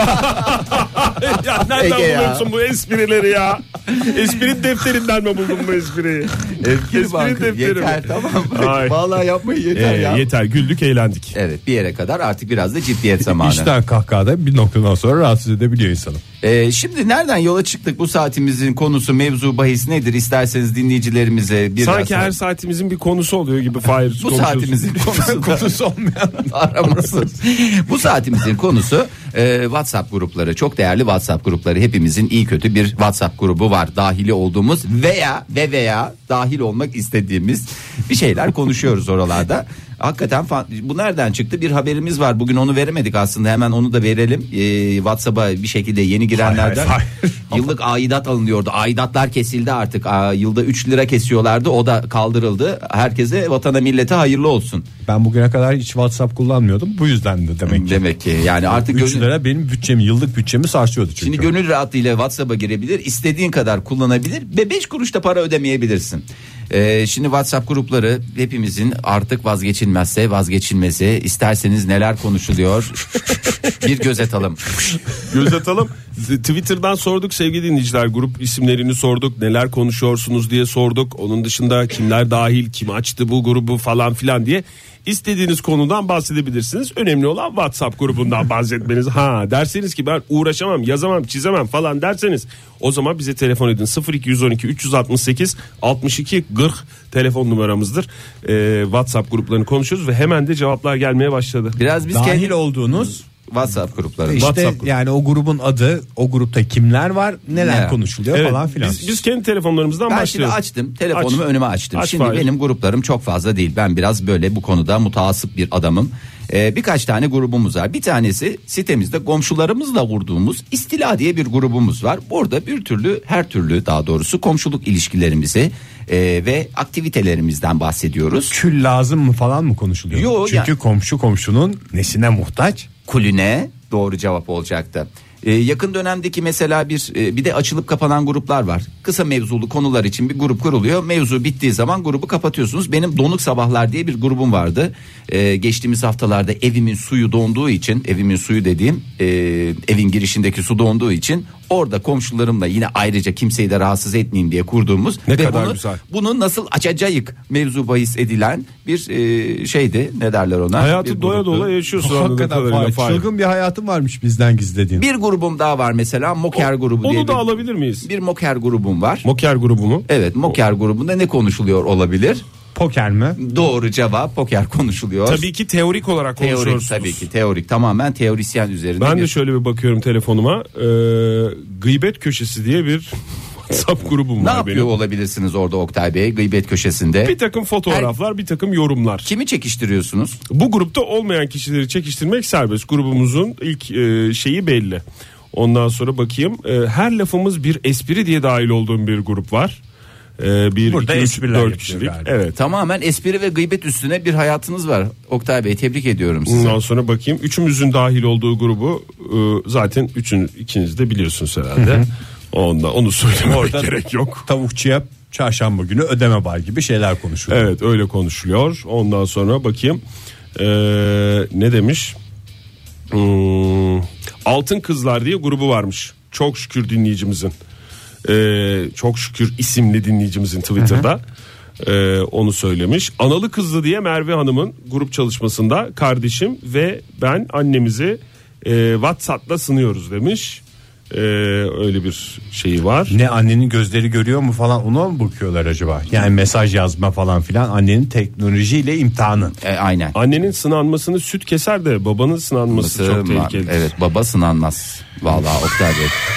Ya nereden Ege ya. buluyorsun bu esprileri ya? Espri defterinden mi buldun bu espriyi? Espri Espri defteri yeter mi? tamam mı? Ay. Vallahi yapmayın yeter Ee, ya. yeter güldük eğlendik. Evet, bir yere kadar artık biraz da ciddiyet zamanı. İçten kahkahada bir noktadan sonra rahatsız edebiliyor insanı. Ee, şimdi nereden yola çıktık, bu saatimizin konusu, mevzu bahis nedir, isterseniz dinleyicilerimize bir Sanki her saatimizin bir konusu oluyor gibi Fahir. bu saatimizin konusu konusu olmayan aramasın. Bu saatimizin konusu e, WhatsApp grupları, çok değerli WhatsApp grupları. Hepimizin iyi kötü bir WhatsApp grubu var, dahili olduğumuz veya ve veya dahil olmak istediğimiz bir şeyler konuşuyoruz oralarda. Hakikaten bu nereden çıktı? Bir haberimiz var. Bugün onu veremedik aslında. Hemen onu da verelim. Ee, WhatsApp'a bir şekilde yeni girenlerden hayır, hayır. yıllık aidat alınıyordu. Aidatlar kesildi artık. Aa, yılda üç lira kesiyorlardı. O da kaldırıldı. Herkese, vatana millete hayırlı olsun. Ben bugüne kadar hiç WhatsApp kullanmıyordum. Bu yüzden de demek ki. Demek ki yani artık üç gönül, lira benim bütçemi, yıllık bütçemi sarsıyordu çünkü. şimdi gönül rahatlığıyla WhatsApp'a girebilir. İstediğin kadar kullanabilir ve beş kuruş da para ödemeyebilirsin. Ee, şimdi WhatsApp grupları hepimizin artık vazgeçilmezse vazgeçilmezi. İsterseniz neler konuşuluyor bir göz atalım. Göz atalım. Twitter'dan sorduk sevgili dinleyiciler, grup isimlerini sorduk, neler konuşuyorsunuz diye sorduk. Onun dışında kimler dahil, kim açtı bu grubu falan filan diye. İstediğiniz konudan bahsedebilirsiniz. Önemli olan WhatsApp grubundan bahsetmeniz. Ha derseniz ki ben uğraşamam, yazamam, çizemem falan derseniz o zaman bize telefon edin. sıfır iki on iki üç altı sekiz altmış iki kırk telefon numaramızdır. Ee, WhatsApp gruplarını konuşuyoruz ve hemen de cevaplar gelmeye başladı. Biraz biz Dahil kendi olduğunuz WhatsApp grupları. işte WhatsApp grubu. yani o grubun adı, o grupta kimler var, neler Ne? konuşuluyor Evet, falan filan. Biz, biz kendi telefonlarımızdan Ben şimdi başlayalım. açtım telefonumu, Aç. önüme açtım. Aç Şimdi Fahir. benim gruplarım çok fazla değil. Ben biraz böyle bu konuda mutasip bir adamım. Ee, birkaç tane grubumuz var. Bir tanesi sitemizde komşularımızla kurduğumuz İstila diye bir grubumuz var. Burada bir türlü, her türlü daha doğrusu komşuluk ilişkilerimizi e, ve aktivitelerimizden bahsediyoruz. Kül lazım mı falan mı konuşuluyor? Yo, Çünkü ya- komşu komşunun nesine muhtaç? Kulüne doğru cevap olacaktı. Ee, yakın dönemdeki mesela bir e, bir de açılıp kapanan gruplar var. Kısa mevzulu konular için bir grup kuruluyor. Mevzu bittiği zaman grubu kapatıyorsunuz. Benim Donuk Sabahlar diye bir grubum vardı. Ee, geçtiğimiz haftalarda evimin suyu donduğu için, evimin suyu dediğim e, evin girişindeki su donduğu için orada komşularımla yine ayrıca kimseyi de rahatsız etmeyeyim diye kurduğumuz Ne ve kadar bunu, güzel. bunu nasıl açacağız mevzu bahis edilen bir e, şeydi. Ne derler ona? Hayatı Bir doya gruptu. doya yaşıyorsun anladığım Hakikaten kadarıyla Fahir, Fahir. çılgın bir hayatım varmış bizden gizlediğin. Bir grubum daha var mesela, Moker grubu diye Onu da bir, alabilir miyiz? bir Moker grubum var. Moker grubu mu? Evet, Moker grubunda ne konuşuluyor olabilir? Poker mi? Doğru cevap, poker konuşuluyor. Tabii ki teorik olarak teorik, konuşuyorsunuz. tabii ki teorik, tamamen teorisyen üzerinde. Ben bir... de şöyle bir bakıyorum telefonuma. Ee, gıybet köşesi diye bir WhatsApp grubum Ne var yapıyor benim. olabilirsiniz orada Oktay Bey, gıybet köşesinde? Bir takım fotoğraflar, bir takım yorumlar. Kimi çekiştiriyorsunuz? Bu grupta olmayan kişileri çekiştirmek serbest. Grubumuzun ilk e, şeyi belli. Ondan sonra bakayım. E, her lafımız bir espri diye dahil olduğum bir grup var. E, bir, Burada iki, üç, espriler dört yapıyor kişilik. galiba. Evet. Tamamen espri ve gıybet üstüne bir hayatınız var. Oktay Bey, tebrik ediyorum sizi. Ondan sonra bakayım. Üçümüzün dahil olduğu grubu e, zaten üçün, ikiniz de biliyorsunuz herhalde. Ondan onu söylemeye Orada gerek yok. Tavukçuya çarşamba günü ödeme var gibi şeyler konuşuluyor. Evet, öyle konuşuluyor. Ondan sonra bakayım. E, ne demiş? Hmm, Altın Kızlar diye grubu varmış. Çok şükür dinleyicimizin. Ee, çok şükür isimli dinleyicimizin Twitter'da ee, onu söylemiş. Analı Kızlı diye Merve Hanım'ın grup çalışmasında kardeşim ve ben annemizi e, WhatsApp'ta sınıyoruz demiş. Ee, öyle bir şeyi var. Ne, annenin gözleri görüyor mu falan, ona mı bakıyorlar acaba? Yani mesaj yazma falan filan, annenin teknolojiyle imtihanı. E, aynen. Annenin sınanmasını süt keser de babanın sınanması çok Mısır- tehlikeli. Evet, baba sınanmaz. Vallahi Oktay Bey.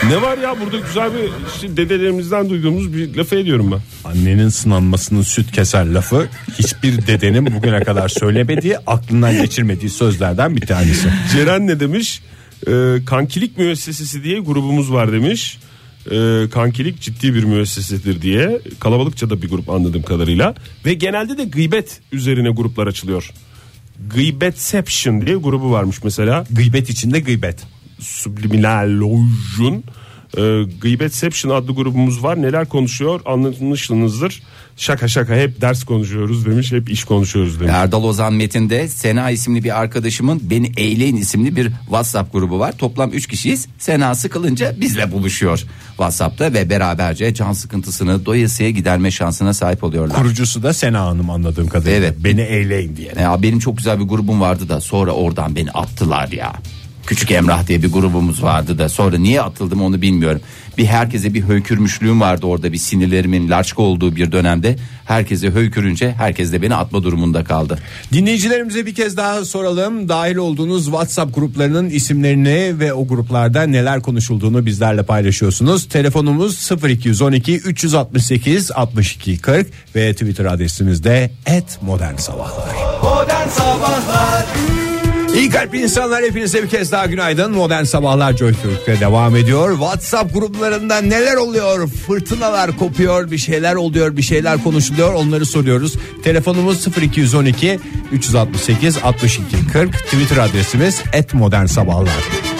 Ne var ya burada güzel bir işte dedelerimizden duyduğumuz bir lafı ediyorum ben. Annenin sınanmasının süt keser lafı hiçbir dedenin bugüne kadar söylemediği, aklından geçirmediği sözlerden bir tanesi. Ceren ne demiş? Ee, kankilik müessesesi diye grubumuz var demiş. Ee, kankilik ciddi bir müessesedir diye. Kalabalıkça da bir grup anladığım kadarıyla. Ve genelde de gıybet üzerine gruplar açılıyor. Gıybetception diye grubu varmış mesela. Gıybet içinde gıybet. Subliminal Lojun e, Gıybetception adlı grubumuz var. Neler konuşuyor anlamışsınızdır. Şaka şaka hep ders konuşuyoruz demiş, hep iş konuşuyoruz demiş. Erdal Ozan Metin'de Sena isimli bir arkadaşımın Beni Eğleyin isimli bir WhatsApp grubu var. Toplam üç kişiyiz. Sena sıkılınca bizle buluşuyor WhatsApp'ta ve beraberce can sıkıntısını doyasıya giderme şansına sahip oluyorlar. Kurucusu da Sena Hanım anladığım kadarıyla. Evet. Beni eğleyin diye. Ya benim çok güzel bir grubum vardı da sonra oradan beni attılar ya. Küçük Emrah diye bir grubumuz vardı da sonra niye atıldım onu bilmiyorum. Bir herkese bir höykürmüşlüğüm vardı orada, bir sinirlerimin laçka olduğu bir dönemde. Herkese höykürünce herkes de beni atma durumunda kaldı. Dinleyicilerimize bir kez daha soralım. Dahil olduğunuz WhatsApp gruplarının isimlerini ve o gruplarda neler konuşulduğunu bizlerle paylaşıyorsunuz. Telefonumuz sıfır iki on iki üç altı sekiz altmış iki kırk ve Twitter adresimiz de et modern sabahlar. Modern Sabahlar. İyi kalpli insanlar, hepinize bir kez daha günaydın. Modern Sabahlar Joy Türk'te devam ediyor. WhatsApp gruplarında neler oluyor? Fırtınalar kopuyor, bir şeyler oluyor, bir şeyler konuşuluyor. Onları soruyoruz. Telefonumuz sıfır iki on iki üç altı sekiz altmış iki kırk. Twitter adresimiz et modern sabahlar.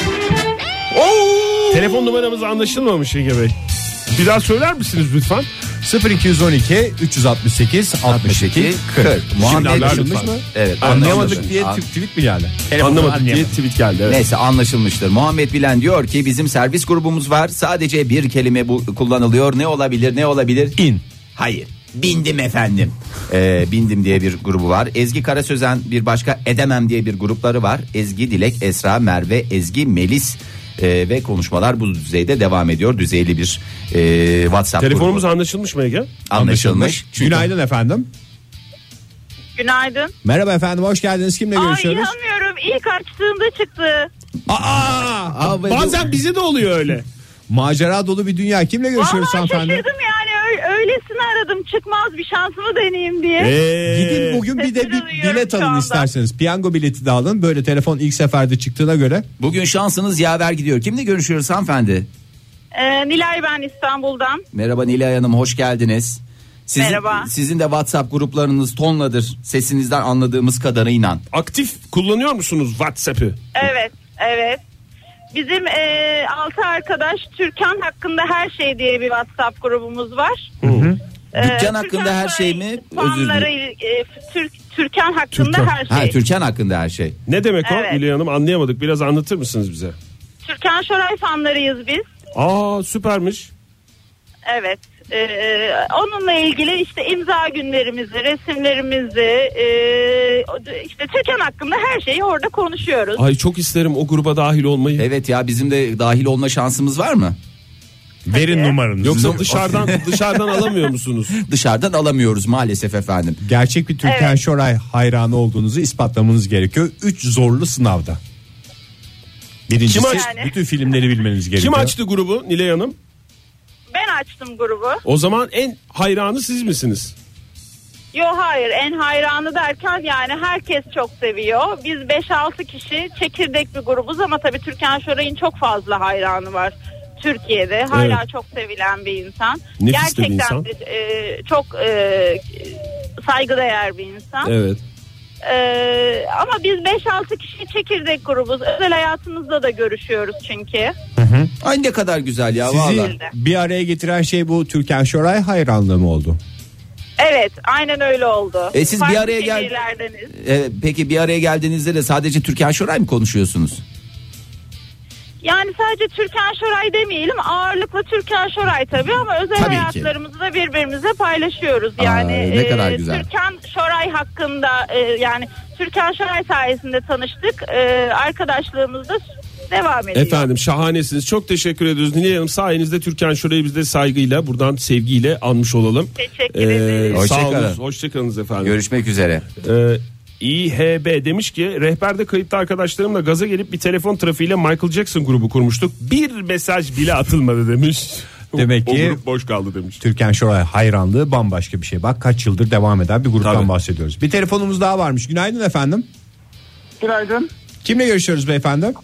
Telefon numaramız anlaşılmamış Ege Bey. Bir daha söyler misiniz lütfen? sıfır iki on iki üç altı sekiz altmış iki kırk. Muhammed Anlaşılmış lütfen. mı? Evet. Anlayamadık diye An- tweet mi geldi? Anlamadık diye tweet geldi. Evet. Neyse anlaşılmıştır. Muhammed Bilen diyor ki bizim servis grubumuz var. Sadece bir kelime bu kullanılıyor. Ne olabilir? Ne olabilir? İn. Hayır. Bindim efendim. Ee, bindim diye bir grubu var. Ezgi Karasözen bir başka, Edemem diye bir grupları var. Ezgi, Dilek, Esra, Merve, Ezgi, Melis ee, ve konuşmalar bu düzeyde devam ediyor. Düzeyli bir e, WhatsApp Telefonumuz grubu. anlaşılmış mı Ege? Anlaşılmış. Çünkü- Günaydın efendim. Günaydın. Merhaba efendim, hoş geldiniz. Kimle Aa, görüşüyoruz? inanmıyorum. İlk açtığımda çıktı. Aa, Aa, Bazen bize de oluyor öyle. macera dolu bir dünya. Kimle görüşüyoruz Vallahi hanımefendi? şaşırdım yani. Ö- öylesine aradım. Çıkmaz, bir şansımı deneyeyim diye. Ee, Gidin bugün bir de bir Sesini duyuyorum bilet şu alın anda. isterseniz. Piyango bileti de alın. Böyle telefon ilk seferde çıktığına göre. Bugün şansınız yaver gidiyor. Kimle görüşüyoruz hanımefendi? Ee, Nilay ben İstanbul'dan. Merhaba Nilay Hanım, hoş geldiniz. Sizin, Merhaba. Sizin de WhatsApp gruplarınız tonladır. Sesinizden anladığımız kadarıyla. aktif kullanıyor musunuz WhatsApp'ı? Evet, evet. Bizim e, altı arkadaş Türkan hakkında her şey diye bir WhatsApp grubumuz var. Ee, Dükkan hakkında her şey mi? Özür Puanları, dilerim. e, Türk, Türkan hakkında Türkan. her şey. Ha, Türkan hakkında her şey. Ne demek o Evet. Nilay Hanım, anlayamadık, biraz anlatır mısınız bize? Türkan Şoray fanlarıyız biz. Aa, süpermiş. Evet. Ee, onunla ilgili işte imza günlerimizi, resimlerimizi, e, işte Türkan hakkında her şeyi orada konuşuyoruz. Ay çok isterim o gruba dahil olmayı. Evet ya, bizim de dahil olma şansımız var mı? Verin numaranızı. Yoksa dışarıdan dışarıdan alamıyor musunuz? Dışarıdan alamıyoruz maalesef efendim. Gerçek bir Türkan Evet. Şoray hayranı olduğunuzu ispatlamanız gerekiyor. Üç zorlu sınavda. Birincisi Kim aç- bütün filmleri bilmeniz gerekiyor. Kim açtı grubu Nilay Hanım? Ben açtım grubu. O zaman en hayranı siz misiniz? Yo hayır, en hayranı derken yani herkes çok seviyor. Biz beş altı kişi çekirdek bir grubuz ama tabii Türkan Şoray'ın çok fazla hayranı var Türkiye'de. Hala Evet. çok sevilen bir insan. Nefis de bir Gerçekten insan. de, e, çok e, saygıdeğer bir insan. Evet. Ee, ama biz beş altı kişi çekirdek grubuz. Özel hayatımızda da görüşüyoruz çünkü. Ay ne kadar güzel ya Sizi vallahi. bir araya getiren şey bu Türkan Şoray hayranlığı mı oldu? Evet, aynen öyle oldu. E siz Farklı bir araya gel- şehirlerdeniz. Ee, peki bir araya geldiğinizde de sadece Türkan Şoray mı konuşuyorsunuz? Yani sadece Türkan Şoray demeyelim, ağırlıkla Türkan Şoray tabii ama özel Tabii ki. hayatlarımızı da birbirimize paylaşıyoruz. Aa, Yani ne kadar güzel. Türkan Şoray hakkında e, yani Türkan Şoray sayesinde tanıştık. E, arkadaşlığımız da devam ediyor. Efendim şahanesiniz. Çok teşekkür ediyoruz Nilay Hanım. Sayenizde Türkan Şoray'ı biz de saygıyla, buradan sevgiyle anmış olalım. Teşekkür ederim. Ee, sağ Hoşçakalın. olun. Hoşçakalınız efendim. Görüşmek üzere. Ee, İ H B demiş ki rehberde kayıtlı arkadaşlarımla gaza gelip bir telefon trafiğiyle Michael Jackson grubu kurmuştuk. Bir mesaj bile atılmadı demiş. Demek ki o grup boş kaldı demiş. Türkan Şoray hayranlığı bambaşka bir şey. Bak kaç yıldır devam eden bir gruptan Tabii. bahsediyoruz. Bir telefonumuz daha varmış. Günaydın efendim. Günaydın. Kimle görüşüyoruz beyefendi?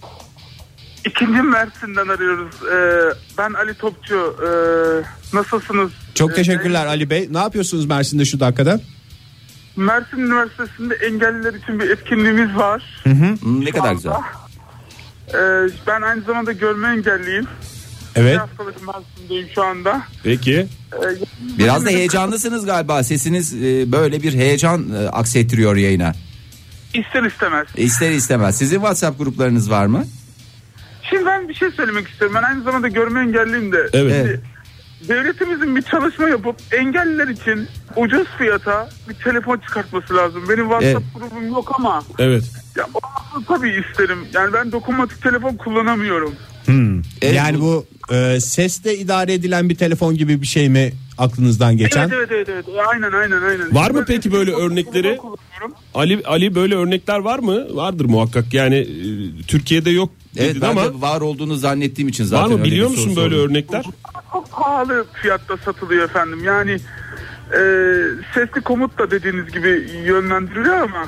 İkinci Mersin'den arıyoruz. Ee, ben Ali Topçu. Ee, nasılsınız? Çok Ee, teşekkürler Ali Bey. Ne yapıyorsunuz Mersin'de şu dakikada? Mersin Üniversitesi'nde engelliler için bir etkinliğimiz var. Hı hı. Hmm, ne kadar güzel. Ee, ben aynı zamanda görme engelliyim. Evet. Bir haftalık Mersin'deyim şu anda. Peki. Ee, Biraz da heyecanlısınız galiba. Sesiniz e, böyle bir heyecan e, aksettiriyor yayına. İster istemez. E, ister istemez. Sizin WhatsApp gruplarınız var mı? Şimdi ben bir şey söylemek istiyorum. Ben aynı zamanda görme engelliyim de. Evet. Evet. Devletimizin bir çalışma yapıp engelliler için ucuz fiyata bir telefon çıkartması lazım. Benim WhatsApp Evet. grubum yok ama Evet. ya olmasını tabii isterim. Yani ben dokunmatik telefon kullanamıyorum. Hmm. Evet, yani bu e, sesle idare edilen bir telefon gibi bir şey mi aklınızdan geçen? Evet evet evet, evet. Aynen aynen aynen. Var mı Ben peki böyle telefon örnekleri? kullanıyorum. Ali Ali böyle örnekler var mı? Vardır muhakkak. Yani e, Türkiye'de yok Evet, dedin ben ama de var olduğunu zannettiğim için zaten. var mı, öyle bir biliyor soru musun böyle sordum. örnekler? Çok pahalı fiyatta satılıyor efendim. Yani e, sesli komut da dediğiniz gibi yönlendiriliyor ama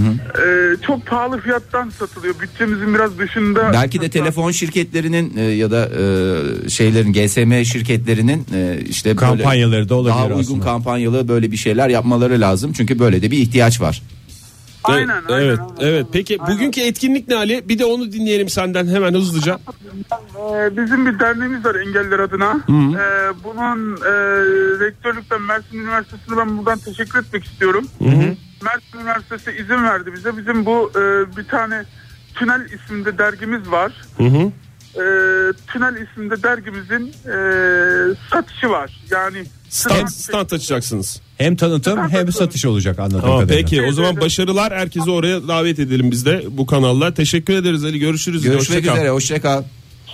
e, çok pahalı fiyattan satılıyor. Bütçemizin biraz dışında. Belki de telefon şirketlerinin e, ya da e, şeylerin G S M şirketlerinin e, işte böyle Kampanyaları da olabilir daha uygun aslında. kampanyalı böyle bir şeyler yapmaları lazım. Çünkü böyle de bir ihtiyaç var. Aynen, aynen, evet, aynen. evet. Peki Aynen. bugünkü etkinlik ne Ali? Bir de onu dinleyelim senden hemen hızlıca. Ee, bizim bir derneğimiz var engelliler adına. Ee, bunun e, rektörlükten Mersin Üniversitesi'ne ben buradan teşekkür etmek istiyorum. Mersin Üniversitesi izin verdi bize. Bizim bu e, bir tane Tünel isminde dergimiz var. Hı hı. E, Tünel isminde dergimizin e, satışı var. Yani Stand, stand açacaksınız. Hem tanıtım hem satış olacak anladığım Tamam, kadarıyla. peki o zaman başarılar, herkese oraya davet edelim biz de bu kanalla. Teşekkür ederiz Ali, görüşürüz. Görüşmek Hoşça kal. üzere, hoşça kal.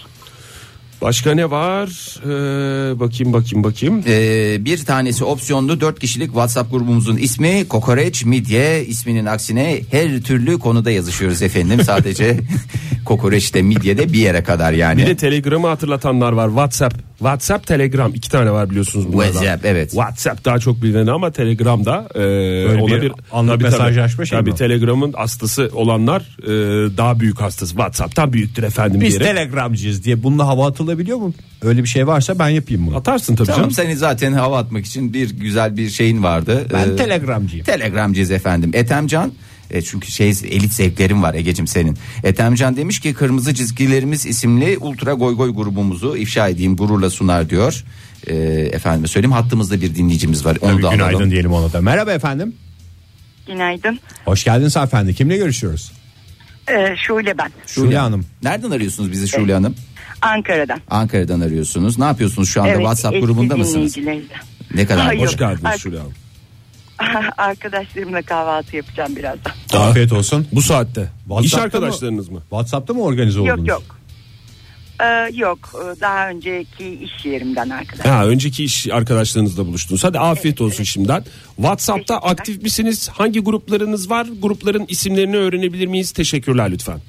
Başka ne var? Ee, bakayım bakayım bakayım. Ee, bir tanesi opsiyonlu dört kişilik WhatsApp grubumuzun ismi Kokoreç Midye, isminin aksine her türlü konuda yazışıyoruz efendim. Sadece kokoreçte midyede bir yere kadar yani. Bir de Telegram'ı hatırlatanlar var. WhatsApp, WhatsApp, Telegram iki tane var biliyorsunuz bunlardan. WhatsApp, evet. WhatsApp daha çok bilinen ama Telegram'da e, ona bir bir anlık tabii, mesajlaşma tabii, şey tabii mi? Telegram'ın hastası olanlar e, daha büyük hastası. WhatsApp'tan büyüktür efendim Biz diyerek. telegramcıyız diye bununla hava atılabiliyor mu? Öyle bir şey varsa ben yapayım bunu. Atarsın tabii Tamam, canım. seni zaten hava atmak için bir güzel bir şeyin vardı. Ben Ee, telegramcıyım. Telegramcıyız efendim. Ethemcan, e, çünkü şey elit zevklerim var Egeciğim senin. Ethemcan demiş ki Kırmızı Çizgilerimiz isimli Ultra Goy Goy grubumuzu ifşa edeyim gururla sunar diyor. E, efendime söyleyeyim, hattımızda bir dinleyicimiz var. Onu Tabii, da günaydın alalım. diyelim ona da. Merhaba efendim. Günaydın. Hoş geldiniz efendim. Kimle görüşüyoruz? Ee, Şule ben. Şule Hanım. Nereden arıyorsunuz bizi Şule Hanım? Ankara'dan. Ankara'dan arıyorsunuz. Ne yapıyorsunuz şu anda? Evet, WhatsApp eski grubunda mısınız? dinleyicilerden. Ne kadar Hayır. Hoş Yok. geldiniz Ar- Şule Hanım. Arkadaşlarımla kahvaltı yapacağım birazdan. Afiyet olsun. Bu saatte. WhatsApp'ta İş mı? arkadaşlarınız mı? WhatsApp'ta mı organize oldunuz? Yok yok. Ee, yok daha önceki iş yerimden arkadaşlar. Ha, önceki iş arkadaşlarınızla buluştunuz. Hadi afiyet olsun şimdiden. WhatsApp'ta Teşekkürler. aktif misiniz? Hangi gruplarınız var? Grupların isimlerini öğrenebilir miyiz? Teşekkürler lütfen.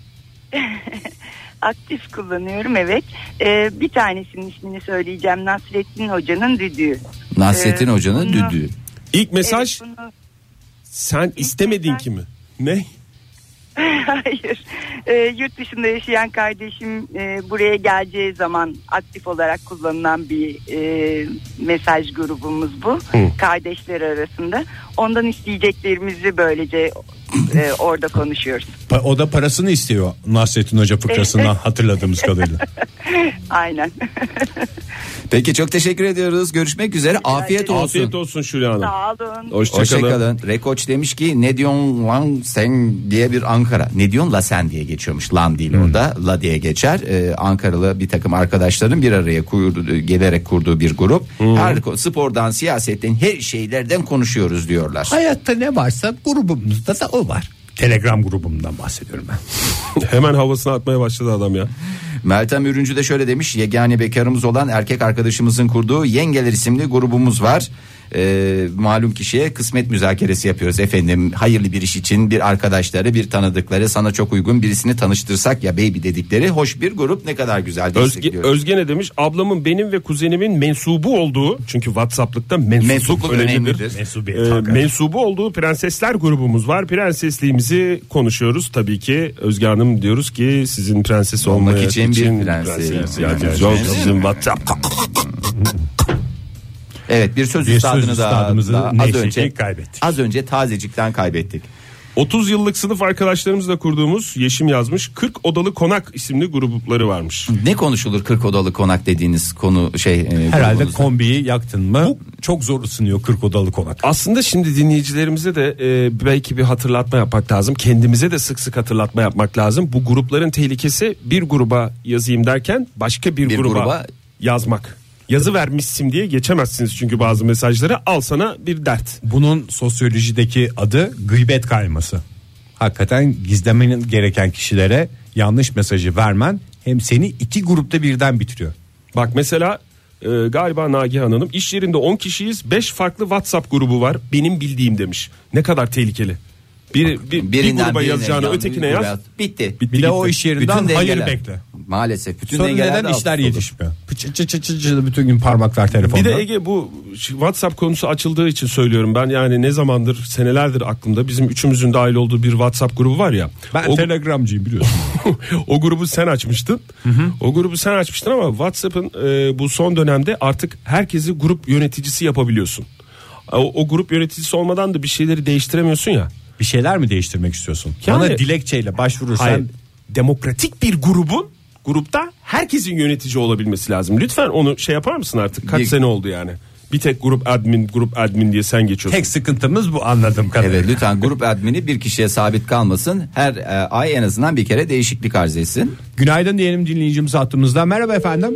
Aktif kullanıyorum evet. Ee, bir tanesinin ismini söyleyeceğim. Nasrettin Hoca'nın düdüğü. Nasrettin Ee, Hoca'nın bunu- düdüğü. İlk mesaj Evet, bunu- sen istemedin mesaj- ki mi? Ne? Hayır. Ee, yurt dışında yaşayan kardeşim e, buraya geleceği zaman aktif olarak kullanılan bir e, mesaj grubumuz bu. Kardeşler arasında. Ondan isteyeceklerimizi böylece e, orada konuşuyoruz. Pa- O da parasını istiyor Nasrettin Hoca fıkrasından hatırladığımız kadarıyla. Aynen. Peki çok teşekkür ediyoruz. Görüşmek üzere. Afiyet olsun. Afiyet olsun Şule Hanım. Sağ olun. Hoşçakalın. Hoşçakalın. Rekoç demiş ki ne diyorsun lan sen diye bir Ankara. Ne diyorsun la sen diye geçiyormuş. Lan değil orada. La diye geçer. Ee, Ankaralı bir takım arkadaşların bir araya kurdu, gelerek kurduğu bir grup. Her ko- spordan, siyasetten, her şeylerden konuşuyoruz diyorlar. Hayatta ne varsa grubumuzda da o var. Telegram grubumdan bahsediyorum ben. Hemen havasını atmaya başladı adam ya. Meltem Ürüncü de şöyle demiş. Yegane bekarımız olan erkek arkadaşımızın kurduğu Yengeler isimli grubumuz var. e, malum kişiye kısmet müzakeresi yapıyoruz efendim. Hayırlı bir iş için bir arkadaşları, bir tanıdıkları, sana çok uygun birisini tanıştırsak ya baby dedikleri hoş bir grup, ne kadar güzel Özge, Özge ne demiş? Ablamın, benim ve kuzenimin mensubu olduğu, çünkü WhatsApp'lıkta mensupluk, mensupluk önemlidir. önemlidir. Ee, mensubu olduğu prensesler grubumuz var. Prensesliğimizi konuşuyoruz tabii ki. Özge Hanım, diyoruz ki sizin prenses olmak için, için bir prenses ihtiyacınız yok. Sizin WhatsApp. Evet, bir söz Bir üstadını söz da, üstadımızı da az neyse önce ki kaybettik. Az önce tazecikten kaybettik. otuz yıllık sınıf arkadaşlarımızla kurduğumuz, Yeşim yazmış, kırk odalı konak isimli grupları varmış. Ne konuşulur kırk odalı konak dediğiniz konu şey? E, Herhalde grubunuzda? kombiyi yaktın mı bu çok zor ısınıyor kırk odalı konak. Aslında şimdi dinleyicilerimize de e, belki bir hatırlatma yapmak lazım. Kendimize de sık sık hatırlatma yapmak lazım. Bu grupların tehlikesi, bir gruba yazayım derken başka bir, Bir gruba, gruba- yazmak. Yazı vermişsin diye geçemezsiniz çünkü bazı mesajları, al sana bir dert. Bunun sosyolojideki adı gıybet kayması. Hakikaten gizlemenin gereken kişilere yanlış mesajı vermen hem seni iki grupta birden bitiriyor. Bak mesela e, galiba Nagihan Hanım, iş yerinde on kişiyiz, beş farklı WhatsApp grubu var benim bildiğim demiş. Ne kadar tehlikeli. Bir, bir, bir Birinden gruba birine yazacağını yan- ötekine bir gruba yaz. Bitti. Bitti Bir de gitti. o iş yerinden Bütün hayır dengeler. bekle. Maalesef bütün Sonra dengeler neden de işler alt üst oldu. yetişmiyor? Pıçı çı çı çı çı bütün gün parmaklar telefonda. Bir de Ege, bu WhatsApp konusu açıldığı için söylüyorum ben, yani ne zamandır, senelerdir aklımda, bizim üçümüzün dahil olduğu bir WhatsApp grubu var ya. Ben o, telegramcıyım biliyorsun. o grubu sen açmıştın. Hı hı. O grubu sen açmıştın ama WhatsApp'ın e, bu son dönemde artık herkesi grup yöneticisi yapabiliyorsun. O, o grup yöneticisi olmadan da bir şeyleri değiştiremiyorsun ya. Bir şeyler mi değiştirmek istiyorsun? Yani- Bana dilekçeyle başvurursan Hayır, demokratik bir grubun grupta herkesin yönetici olabilmesi lazım. Lütfen onu şey yapar mısın artık? Kaç Bir- sene oldu yani? Bir tek grup admin, grup admin diye sen geçiyorsun. tek sıkıntımız bu, anladığım kadarıyla. Evet, lütfen grup admini bir kişiye sabit kalmasın. Her e, ay en azından bir kere değişiklik arz etsin. Günaydın diyelim dinleyicimiz hattımızda. Merhaba efendim.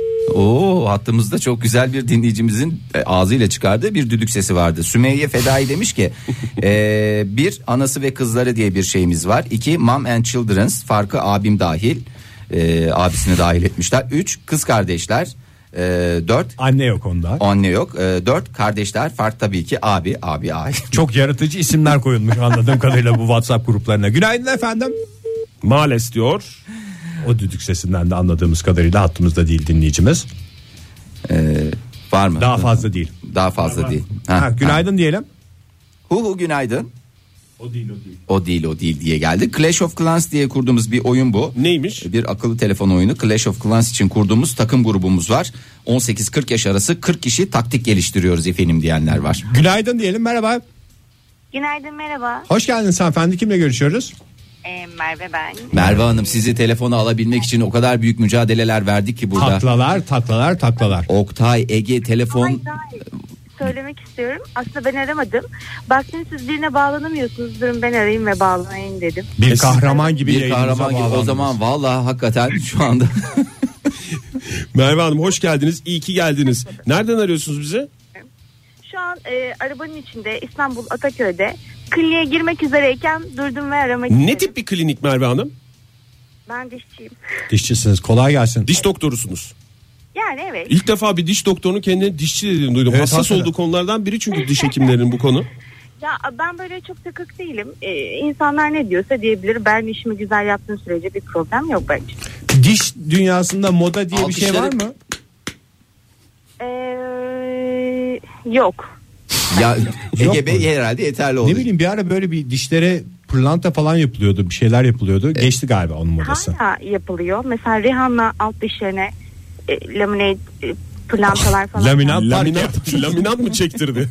Oo, hattımızda çok güzel bir dinleyicimizin e, ağzıyla çıkardığı bir düdük sesi vardı. Sümeyye Fedai demiş ki e, bir, anası ve kızları diye bir şeyimiz var. İki, mom and children's, farkı abim dahil, e, abisini dahil etmişler. Üç, kız kardeşler. E, dört, Anne yok onda. anne yok. E, dört, kardeşler, fark tabii ki abi, abi ay. Çok yaratıcı isimler koyulmuş anladığım kadarıyla bu WhatsApp gruplarına. Günaydın efendim. Maalesef diyor. O düdük sesinden de anladığımız kadarıyla hattımızda değil dinleyicimiz. E, var mı? Daha fazla değil. Daha fazla değil. Ha, Ha, günaydın diyelim. Hu hu günaydın. O değil, o değil. O değil o değil diye geldi. Clash of Clans diye kurduğumuz bir oyun bu. Neymiş? Bir akıllı telefon oyunu. Clash of Clans için kurduğumuz takım grubumuz var. on sekiz kırk yaş arası kırk kişi taktik geliştiriyoruz efendim diyenler var. Günaydın diyelim, merhaba. Günaydın, merhaba. Hoş geldiniz hanımefendi, kimle görüşüyoruz? Ee, Merve ben. Merve Hanım, sizi telefona alabilmek için o kadar büyük mücadeleler verdik ki burada. Taklalar taklalar taklalar. Oktay, Ege telefon. Hayır, hayır. Söylemek istiyorum. Aslında ben aramadım. Baktım siz birine bağlanamıyorsunuz. Durun ben arayayım ve bağlanayım dedim. Bir kahraman gibi Bir yayınımıza kahraman gibi o bağlandınız. zaman vallahi hakikaten şu anda. Merve Hanım hoş geldiniz. İyi ki geldiniz. Nereden arıyorsunuz bize? Şu an e, arabanın içinde İstanbul Ataköy'de kliniğe girmek üzereyken durdum ve aramak istedim. Ne tip bir klinik Merve Hanım? Ben dişçiyim. Dişçisiniz, kolay gelsin. Diş doktorusunuz. Yani evet. İlk defa bir diş doktorunun kendine dişçi dediğini duydum. Evet, Hassas hakikaten. olduğu konulardan biri çünkü diş hekimlerinin bu konu. Ya ben böyle çok takık değilim. Ee, insanlar ne diyorsa diyebilir. Ben işimi güzel yaptığım sürece bir problem yok bence. Diş dünyasında moda diye bir şey var Alkışları- mı? Ee, yok. Ya Yok Ege Bey mu? herhalde yeterli oldu. Ne bileyim, bir ara böyle bir dişlere pırlanta falan yapılıyordu, bir şeyler yapılıyordu. Geçti galiba onun modası. Hala yapılıyor. Mesela Rihanna alt dişlerine e, lamine e, pırlantalar falan. Laminat, Laminat, laminat mı çektirdi?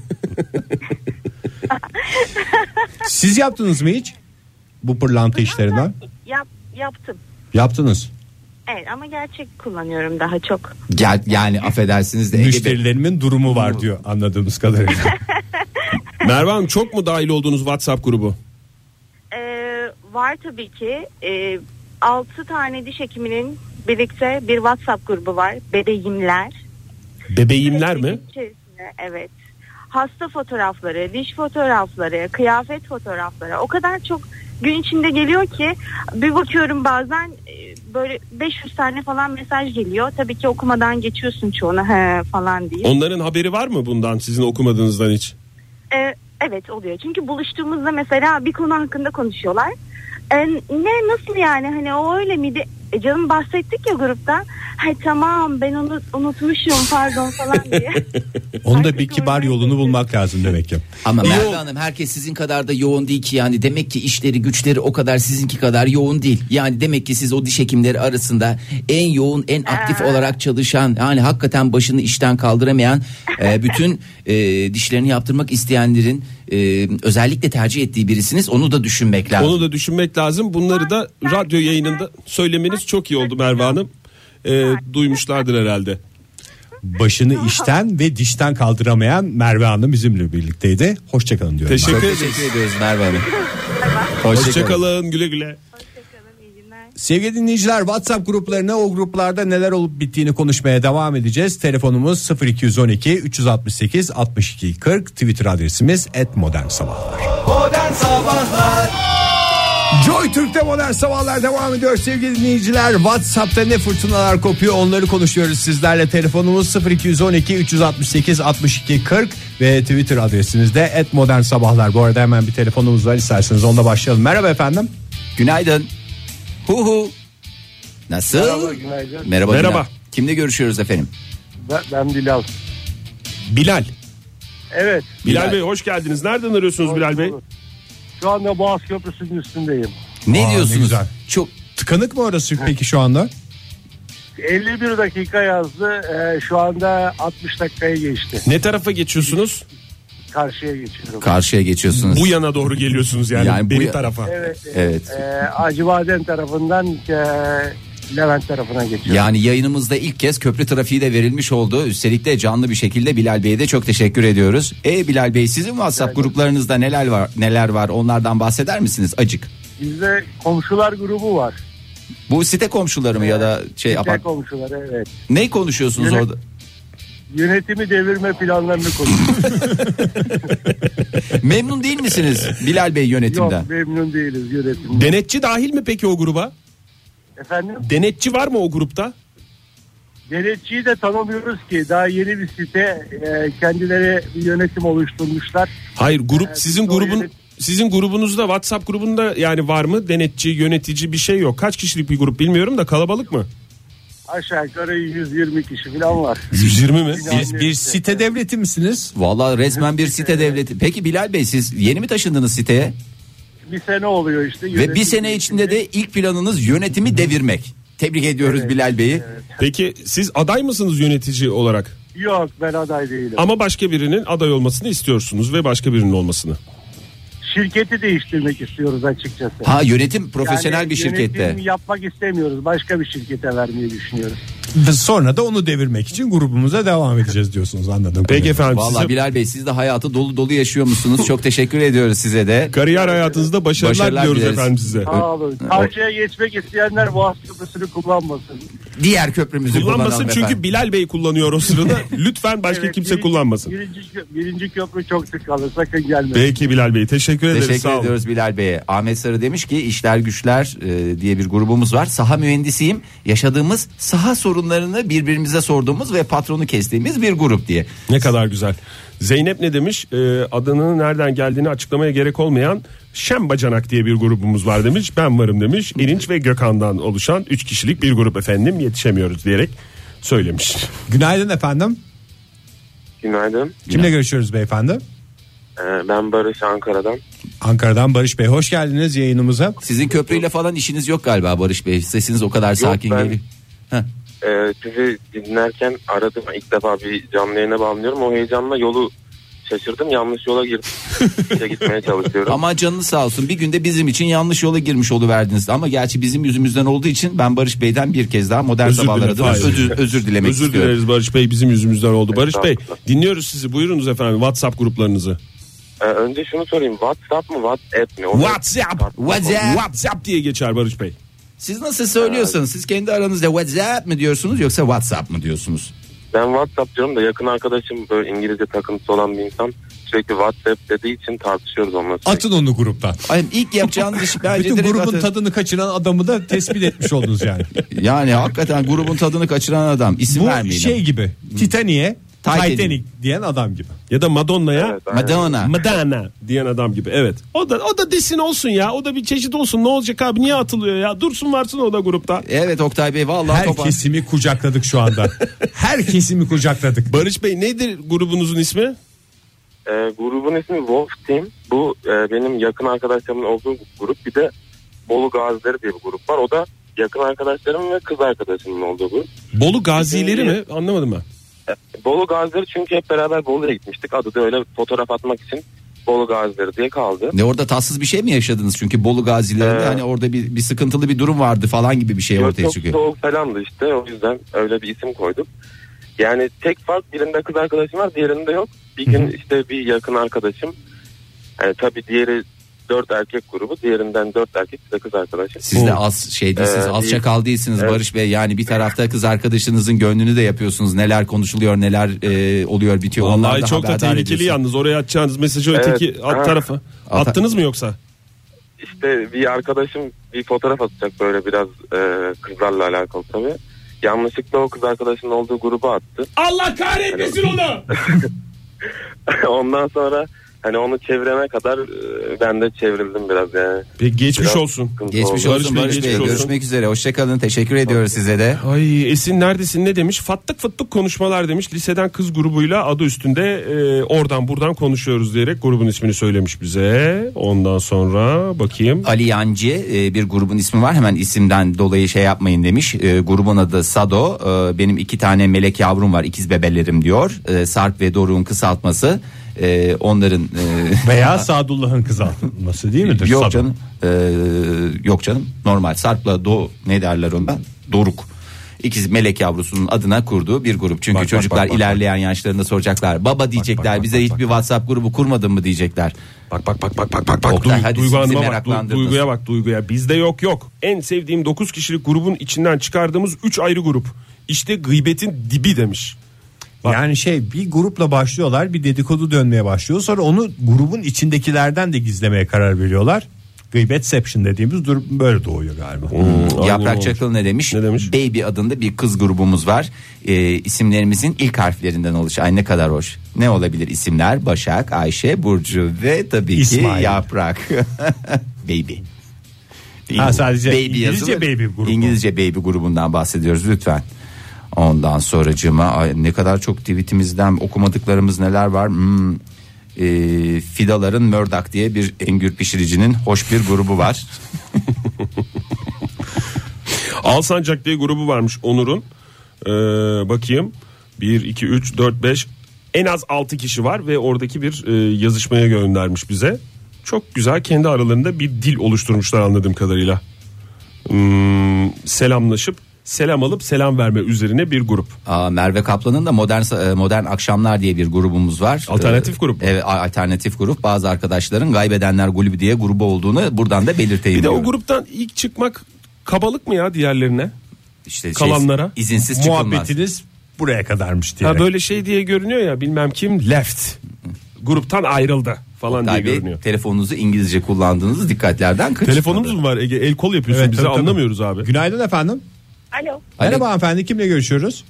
Siz yaptınız mı hiç bu pırlanta işlerinden? Yap, yaptım. Yaptınız. Evet ama gerçek kullanıyorum daha çok. Gel, yani affedersiniz de Ege Bey. Müşterilerimin durumu var diyor anladığımız kadarıyla. Merve Hanım çok mu dahil olduğunuz WhatsApp grubu? Ee, var tabii ki. Ee, altı tane diş hekiminin birlikte bir WhatsApp grubu var. Bebeğimler. Bebeğimler mi? İçerisinde, evet. Hasta fotoğrafları, diş fotoğrafları, kıyafet fotoğrafları. O kadar çok gün içinde geliyor ki bir bakıyorum bazen böyle beş yüz tane falan mesaj geliyor. Tabii ki okumadan geçiyorsun çoğunu he falan diye. Onların haberi var mı bundan, sizin okumadığınızdan hiç? Ee, evet oluyor. Çünkü buluştuğumuzda mesela bir konu hakkında konuşuyorlar. Ee, ne nasıl yani hani o öyle miydi? E canım bahsettik ya grupta. Hay tamam ben onu unutmuşum pardon falan diye. Onun da bir kibar yolunu bulmak lazım demek ki. Ama Merve Hanım herkes sizin kadar da yoğun değil ki, yani demek ki işleri güçleri o kadar sizinki kadar yoğun değil. Yani demek ki siz o diş hekimleri arasında en yoğun, en aktif ee. olarak çalışan, yani hakikaten başını işten kaldıramayan e, bütün e, dişlerini yaptırmak isteyenlerin e, özellikle tercih ettiği birisiniz. Onu da düşünmek lazım. Onu da düşünmek lazım. Bunları da radyo yayınında söylemeniz çok iyi oldu Merve Hanım. E, duymuşlardır herhalde. Başını işten ve dişten kaldıramayan Merve Hanım bizimle birlikteydi. Hoşçakalın diyorum. Teşekkür, teşekkür ediyoruz Merve Hanım. Hoşçakalın. Hoşçakalın, güle güle. Sevgili dinleyiciler, WhatsApp gruplarına, o gruplarda neler olup bittiğini konuşmaya devam edeceğiz. Telefonumuz sıfır iki on iki üç altı sekiz altmış iki kırk, Twitter adresimiz et modern sabahlar. Modern Sabahlar. Joy Türk'te Modern Sabahlar devam ediyor sevgili dinleyiciler. WhatsApp'ta ne fırtınalar kopuyor onları konuşuyoruz sizlerle. Telefonumuz sıfır iki on iki üç altı sekiz altmış iki kırk ve Twitter adresiniz de et modern sabahlar. Bu arada hemen bir telefonumuz var, isterseniz onunla başlayalım. Merhaba efendim. Günaydın. Hu hu. Nasıl? Merhaba, günaydın. Merhaba. Merhaba. Merhaba. Kimle görüşüyoruz efendim? Ben, ben Bilal. Bilal. Evet. Bilal, Bilal Bey hoş geldiniz. Nereden arıyorsunuz Hoş Bilal Bey? bulduk. Şu anda Boğaz Köprüsü'nün üstündeyim. Ne Aa, diyorsunuz? ne güzel. Çok tıkanık mı orası peki şu anda? elli bir dakika yazdı. Ee, şu anda altmış dakikaya geçti. Ne tarafa geçiyorsunuz? Karşıya geçiyorum. karşıya geçiyorsunuz. Bu yana doğru geliyorsunuz yani, Yani bu benim ya- tarafa. Evet. Evet. E, Acıbadem tarafından e, Levent tarafına geçiyorum. Yani yayınımızda ilk kez köprü trafiği de verilmiş oldu. Üstelik de canlı bir şekilde Bilal Bey'e de çok teşekkür ediyoruz. E Bilal Bey, sizin WhatsApp Evet. gruplarınızda neler var? Neler var? Onlardan bahseder misiniz acık? Bizde komşular grubu var. Bu site komşuları mı ya da şey Site apart? komşuları, evet. Ne konuşuyorsunuz Yönet- orada? Yönetimi devirme planlarını konuşuyoruz. Memnun değil misiniz Bilal Bey yönetimden? Yok, memnun değiliz yönetimden. Denetçi dahil mi peki o gruba? Efendim? Denetçi var mı o grupta? Denetçiyi de tanımıyoruz ki. Daha yeni bir site, e, kendileri bir yönetim oluşturmuşlar. Hayır, grup Evet, sizin o grubun yönet- sizin grubunuzda, WhatsApp grubunda yani var mı denetçi, yönetici bir şey yok. Kaç kişilik bir grup bilmiyorum da, kalabalık mı? Aşağı yukarı yüz yirmi kişi falan var. yüz yirmi mi? Siz bir site devleti misiniz? Vallahi resmen bir site devleti. Peki Bilal Bey, siz yeni mi taşındınız siteye? Bir sene oluyor işte. Ve Yönetim bir sene içinde de ilk planınız yönetimi devirmek. Tebrik ediyoruz Evet, Bilal Bey'i. Peki siz aday mısınız yönetici olarak? Yok, ben aday değilim. Ama başka birinin aday olmasını istiyorsunuz ve başka birinin olmasını. Şirketi değiştirmek istiyoruz açıkçası. Ha, yönetim profesyonel Yani bir şirkette. Yönetim yapmak istemiyoruz. Başka bir şirkete vermeyi düşünüyoruz. Sonra da onu devirmek için grubumuza devam edeceğiz diyorsunuz, anladım. Peki efendim, Vallahi size Bilal Bey, siz de hayatı dolu dolu yaşıyormuşsunuz. Çok teşekkür ediyoruz size de. kariyer hayatınızda başarılar, Başarılar diliyoruz dileriz. efendim size. Sağ olun. Karşıya geçmek isteyenler Boğaz Köprüsü'nü kullanmasın. Diğer köprümüzü Kullanmasın kullanalım çünkü efendim. Bilal Bey kullanıyor o sırada. Lütfen başka Evet, kimse birinci- kullanmasın. Birinci, kö- birinci köprü çok tıkalı. Sakın gelmeyin. Peki Bilal Bey, teşekkür ederiz. Teşekkür Sağ olun. ediyoruz Bilal Bey'e. Ahmet Sarı demiş ki işler güçler e, diye bir grubumuz var. Saha mühendisiyim. Yaşadığımız saha sorunlarını birbirimize sorduğumuz ve patronu kestiğimiz bir grup diye. Ne kadar güzel. Zeynep ne demiş? Ee, adının nereden geldiğini açıklamaya gerek olmayan Şem Bacanak diye bir grubumuz var demiş. Ben varım demiş. İrinç ve Gökhan'dan oluşan üç kişilik bir grup efendim, yetişemiyoruz diyerek söylemiş. Günaydın efendim. Günaydın. Kimle görüşüyoruz beyefendi? Ee, ben Barış, Ankara'dan. Ankara'dan Barış Bey, hoş geldiniz yayınımıza. Sizin köprüyle falan işiniz yok galiba Barış Bey. Sesiniz o kadar sakin ben- geliyor. Heh. Ee, sizi dinlerken aradım. İlk defa bir canlı yayına bağlanıyorum. O heyecanla yolu şaşırdım. Yanlış yola girdim. İşe gitmeye çalışıyorum. Ama canınız sağ olsun, bir günde bizim için yanlış yola girmiş oluverdiniz. Ama gerçi bizim yüzümüzden olduğu için ben Barış Bey'den bir kez daha modern Özür sabahlar dilerim, adına hayır. özür, özür dilemek Özür istiyorum. dileriz Barış Bey, bizim yüzümüzden oldu. Barış Bey, Estağfurullah. dinliyoruz sizi. Buyurunuz efendim WhatsApp gruplarınızı. Ee, önce şunu sorayım. WhatsApp mı WhatsApp mi? Onu- WhatsApp. WhatsApp. WhatsApp diye geçer Barış Bey. Siz nasıl söylüyorsunuz? Siz kendi aranızda WhatsApp mı diyorsunuz yoksa WhatsApp mı diyorsunuz? Ben WhatsApp diyorum da yakın arkadaşım böyle İngilizce takıntısı olan bir insan. Sürekli WhatsApp dediği için tartışıyoruz onunla. Atın onu gruptan. Ay, ilk yapacağınız iş bence Bütün direkt grubun atın. tadını kaçıran adamı da tespit etmiş oldunuz yani. Yani hakikaten grubun tadını kaçıran adam. İsim Bu vermeyelim. şey gibi Titanic'e Titanic. Titanic diyen adam gibi. Ya da Madonna'ya Evet, aynen. Madonna. Madonna diyen adam gibi. Evet. O da o da desin olsun ya. O da bir çeşit olsun. Ne olacak abi? Niye atılıyor ya? Dursun varsın o da grupta. Evet Oktay Bey vallahi Her topa- kesimi kucakladık şu anda. Her kesimi kucakladık. Barış Bey nedir grubunuzun ismi? Ee, grubun ismi Wolf Team. Bu e, benim yakın arkadaşlarımın olduğu grup. Bir de Bolu Gazileri diye bir grup var. O da yakın arkadaşlarım ve kız arkadaşımın olduğu grup. Bolu Gazileri mi? Anlamadım ben. Bolu Gazileri çünkü hep beraber Bolu'ya gitmiştik. Adı da öyle fotoğraf atmak için Bolu Gazileri diye kaldı. Ne orada tatsız bir şey mi yaşadınız? Çünkü Bolu gazilerinde Ee, hani orada bir, bir sıkıntılı bir durum vardı falan gibi bir şey Yok, ortaya çok çıkıyor. soğuk falandı işte. O yüzden öyle bir isim koyduk. Yani tek fark birinde kız arkadaşım var, diğerinde yok. Bir gün işte bir yakın arkadaşım. Yani tabii diğeri dört erkek grubu, diğerinden dört erkek bir de kız arkadaşım. Siz de az şey değilsiniz, Ee, az değil. çakal değilsiniz Evet. Barış Bey. Yani bir tarafta kız arkadaşınızın gönlünü de yapıyorsunuz. Neler konuşuluyor, neler e, oluyor, bitiyor. Vallahi Onlar da çok da haberdar tehlikeli ediyorsun. yalnız. Oraya atacağınız mesajı öteki Evet. alt Ha. tarafa. Ata- Attınız mı yoksa? İşte bir arkadaşım bir fotoğraf atacak böyle biraz e, kızlarla alakalı tabii. Yanlışlıkla o kız arkadaşının olduğu gruba attı. Allah kahretmesin onu. Ondan sonra hani onu çevirene kadar e, ben de çevrildim biraz yani. Peki geçmiş Biraz olsun. sıkıntı Geçmiş oldu. olsun Barış Bey, Barış Bey. geçmiş olsun. Görüşmek üzere. Hoşçakalın. Teşekkür ediyoruz size de. Ay Esin neredesin ne demiş? Fattık fıttık konuşmalar demiş. Liseden kız grubuyla adı üstünde e, oradan buradan konuşuyoruz diyerek grubun ismini söylemiş bize. Ondan sonra bakayım. Ali Yancı e, bir grubun ismi var. Hemen isimden dolayı şey yapmayın demiş. E, grubun adı Sado. E, benim iki tane melek yavrum var. İkiz bebelerim diyor. E, Sarp ve Doruk'un kısaltması. E, onların e, Veya Sadullah'ın kızartılması değil midir? yok Sado. canım. E, yok canım. Normal Sarp'la Do ne derler ona? Doruk. İkiz melek yavrusunun adına kurduğu bir grup. Çünkü Bak, bak, çocuklar bak, bak, ilerleyen yaşlarında soracaklar. Baba diyecekler. bak, bize bak, hiçbir bak. WhatsApp grubu kurmadın mı diyecekler. Bak bak bak bak bak bak bak. Oktay, Duy- hadi Duygu sizi Hanım'a bak. Du- meraklandırdınız. Duygu'ya bak Duygu'ya. Bizde yok yok. En sevdiğim dokuz kişilik grubun içinden çıkardığımız üç ayrı grup. İşte gıybetin dibi demiş. Yani şey bir grupla başlıyorlar, bir dedikodu dönmeye başlıyor. Sonra onu grubun içindekilerden de gizlemeye karar veriyorlar. Gıybetception dediğimiz durum böyle doğuyor galiba. Aynen Yaprak olmuş. Çakıl ne demiş? Ne demiş? Baby adında bir kız grubumuz var. Ee, isimlerimizin ilk harflerinden oluşuyor. Ay ne kadar hoş. Ne olabilir isimler? Başak, Ayşe, Burcu ve tabii ki İsmail. Yaprak. Baby. Ha, sadece İngilizce yazılır. Baby grubu. İngilizce Baby grubundan bahsediyoruz lütfen. Ondan sonracığıma ay, ne kadar çok tweetimizden okumadıklarımız neler var. Hmm, e, Fidaların Murdoch diye bir engür pişiricinin hoş bir grubu var. Alsancak diye grubu varmış Onur'un. Ee, bakayım. bir, iki, üç, dört, beş en az altı kişi var ve oradaki bir e, yazışmaya göndermiş bize. Çok güzel kendi aralarında bir dil oluşturmuşlar anladığım kadarıyla. Hmm, selamlaşıp selam alıp selam verme üzerine bir grup. Aa, Merve Kaplan'ın da modern e, modern akşamlar diye bir grubumuz var. Alternatif Ee, grup mu? Evet, alternatif grup. Bazı arkadaşların Gaybedenler Kulübü diye grubu olduğunu buradan da belirteyim. Bir de o diyorum. gruptan ilk çıkmak kabalık mı ya diğerlerine? işte kalanlara izinsiz çıkılmaz. Muhabbetiniz buraya kadarmış diye. Ha böyle şey diye görünüyor ya bilmem kim left. Gruptan ayrıldı falan diye Tabii görünüyor. telefonunuzu İngilizce kullandığınızı dikkatlerden kaçırın. Telefonumuz mu var Ege? El kol yapıyorsun Evet, bize tabii, tabii. anlamıyoruz abi. Günaydın efendim. Alo. Merhaba hanımefendi, kimle görüşüyoruz?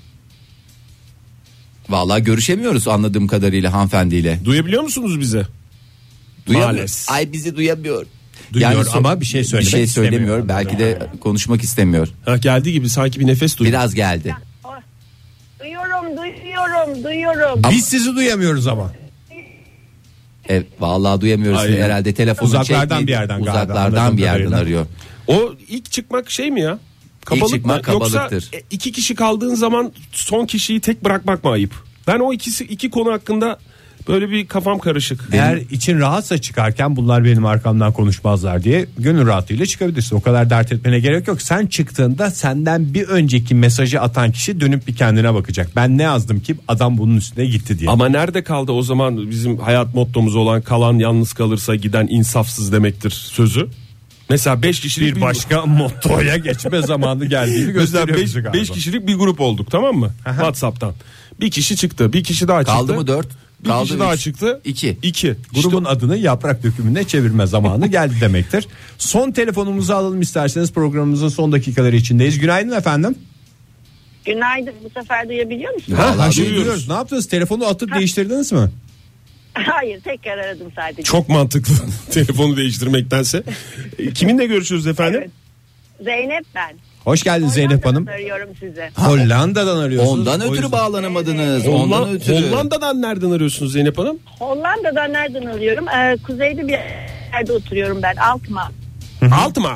Vallahi görüşemiyoruz anladığım kadarıyla hanımefendiyle. Duyabiliyor musunuz bizi? Duyamıyor. Maalesef. Ay bizi duyamıyor. Duyuyor so- ama bir şey söylemek bir şey istemiyor. söylemiyor. Belki de konuşmak istemiyor. Ha geldiği gibi sanki bir nefes duyuyor. Biraz geldi. Duyuyorum, duyuyorum, duyuyorum. Biz sizi duyamıyoruz ama. Evet, vallahi duyamıyoruz Ay. herhalde telefonu Uzaklardan çekmedi. bir yerden galiba, uzaklardan anladığım bir yerden kadarıyla. arıyor. O ilk çıkmak şey mi ya? Kabalık çıkmak mı? Yoksa kabalıktır. e, iki kişi kaldığın zaman son kişiyi tek bırakmak mı ayıp? Ben o ikisi iki konu hakkında böyle bir kafam karışık. Eğer için rahatsa çıkarken bunlar benim arkamdan konuşmazlar diye gönül rahatlığıyla çıkabilirsin. O kadar dert etmene gerek yok. Sen çıktığında senden bir önceki mesajı atan kişi dönüp bir kendine bakacak. Ben ne yazdım ki adam bunun üstüne gitti diye. Ama nerede kaldı o zaman bizim hayat mottomuz olan kalan yalnız kalırsa giden insafsız demektir sözü? Mesela beş kişilik bir başka mottoya geçme zamanı geldiğini Mesela gösteriyor. beş kişilik bir grup olduk, tamam mı? Aha. WhatsApp'tan. Bir kişi çıktı, bir kişi daha çıktı. Kaldı mı dört? Bir Kaldı kişi üç. daha çıktı. İki. İki. Grubun adını yaprak dökümüne çevirme zamanı geldi demektir. Son telefonumuzu alalım isterseniz, programımızın son dakikaları içindeyiz. Günaydın efendim. Günaydın, bu sefer duyabiliyor musunuz? Ha, Vallahi şey duyuyoruz. duyuyoruz. Ne yaptınız? Telefonu atıp değiştirdiniz mi? Hayır, tekrar aradım sadece. Çok mantıklı telefonu değiştirmektense. E, Kiminle görüşürüz efendim? Evet. Zeynep ben. Hoş geldiniz Zeynep Hanım. Arıyorum size. Hollanda'dan arıyorsunuz. Ondan O ötürü yüzden- bağlanamadınız. Holland- Ondan ötürü. Hollanda'dan nereden arıyorsunuz Zeynep Hanım? Hollanda'dan nereden arıyorum? Ee, kuzeyde bir yerde oturuyorum ben, Alkmaar. Altıma.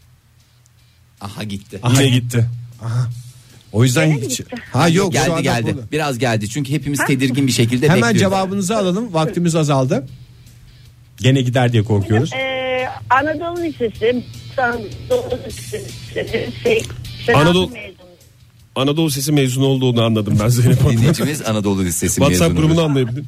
Aha gitti. Yine gitti. Aha. O yüzden Gene hiç... gitti. Ha yok, şu geldi anda geldi. burada. Biraz geldi. Çünkü hepimiz tedirgin bir şekilde Hemen bekliyoruz. cevabınızı alalım. Vaktimiz azaldı. Gene gider diye korkuyoruz. Ee, Anadolu Lisesi, Anadolu Lisesi, şey, Anadolu- mezunu. Anadolu Sesi mezunu olduğunu anladım ben Zeynep Hanım. Dinleyicimiz Anadolu Lisesi WhatsApp mezunu. grubunu anlayabildim.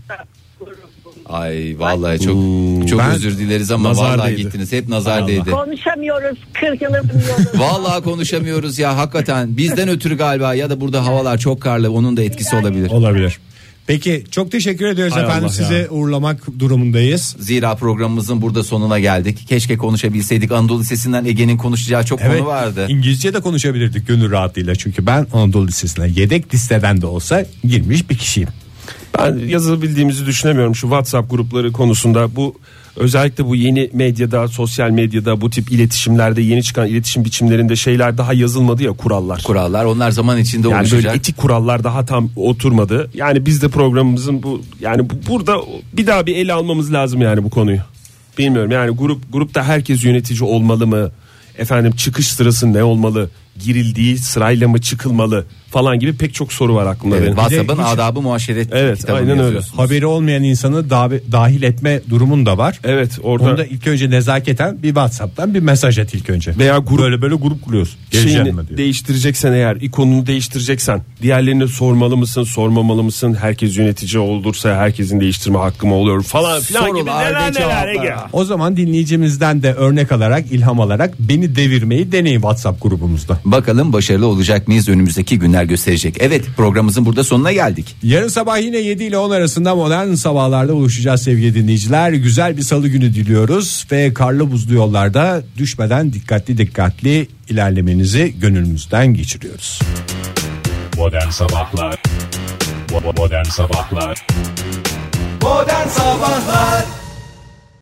Ay vallahi çok çok Ben- özür dileriz ama Nazar vallahi değdi. gittiniz. Hep nazar değdi. Konuşamıyoruz, kırk yıldır dinliyoruz. Vallahi konuşamıyoruz ya, hakikaten bizden ötürü galiba, ya da burada havalar çok karlı, onun da etkisi olabilir. Olabilir. Peki çok teşekkür ediyoruz Hay efendim. Allah Sizi ya. uğurlamak durumundayız. Zira programımızın burada sonuna geldik. Keşke konuşabilseydik. Anadolu Lisesi'nden Ege'nin konuşacağı çok konu vardı. İngilizce de konuşabilirdik gönül rahatlığıyla. Çünkü ben Anadolu Lisesi'ne yedek listeden de olsa girmiş bir kişiyim. Ben yazabildiğimizi düşünemiyorum şu WhatsApp grupları konusunda. Bu özellikle bu yeni medyada, sosyal medyada, bu tip iletişimlerde, yeni çıkan iletişim biçimlerinde şeyler daha yazılmadı ya, kurallar. Kurallar onlar zaman içinde Yani oluşacak. böyle etik kurallar daha tam oturmadı. Yani biz de programımızın bu yani bu, burada bir daha bir ele almamız lazım yani bu konuyu. Bilmiyorum yani grup grupta herkes yönetici olmalı mı? Efendim çıkış sırası ne olmalı? Girildiği sırayla mı çıkılmalı falan gibi pek çok soru var aklımda Evet, benim. WhatsApp'ın hiç- adabı muaşeret Evet, kitabını aynen öyle. yazıyorsunuz. Haberi olmayan insanı da- dahil etme durumun da var. Evet, orada Onu da ilk önce nezaketen bir WhatsApp'tan bir mesaj et ilk önce. veya grup Böyle böyle grup kuruyorsun. Geleceğim mi şeyini diyor. değiştireceksen, eğer ikonunu değiştireceksen, diğerlerine sormalı mısın, sormamalı mısın? Herkes yönetici olursa herkesin değiştirme hakkı mı oluyor falan filan gibi Sorular neler ve neler cevaplar. Ege. O zaman dinleyicimizden de örnek alarak, ilham alarak beni devirmeyi deneyin WhatsApp grubumuzda. Bakalım başarılı olacak mıyız, önümüzdeki günler gösterecek. Evet, programımızın burada sonuna geldik. Yarın sabah yine yedi ile on arasında modern sabahlarda buluşacağız sevgili dinleyiciler. Güzel bir salı günü diliyoruz ve karlı buzlu yollarda düşmeden dikkatli dikkatli ilerlemenizi gönlümüzden geçiriyoruz. Modern Sabahlar Bo- Modern Sabahlar Modern Sabahlar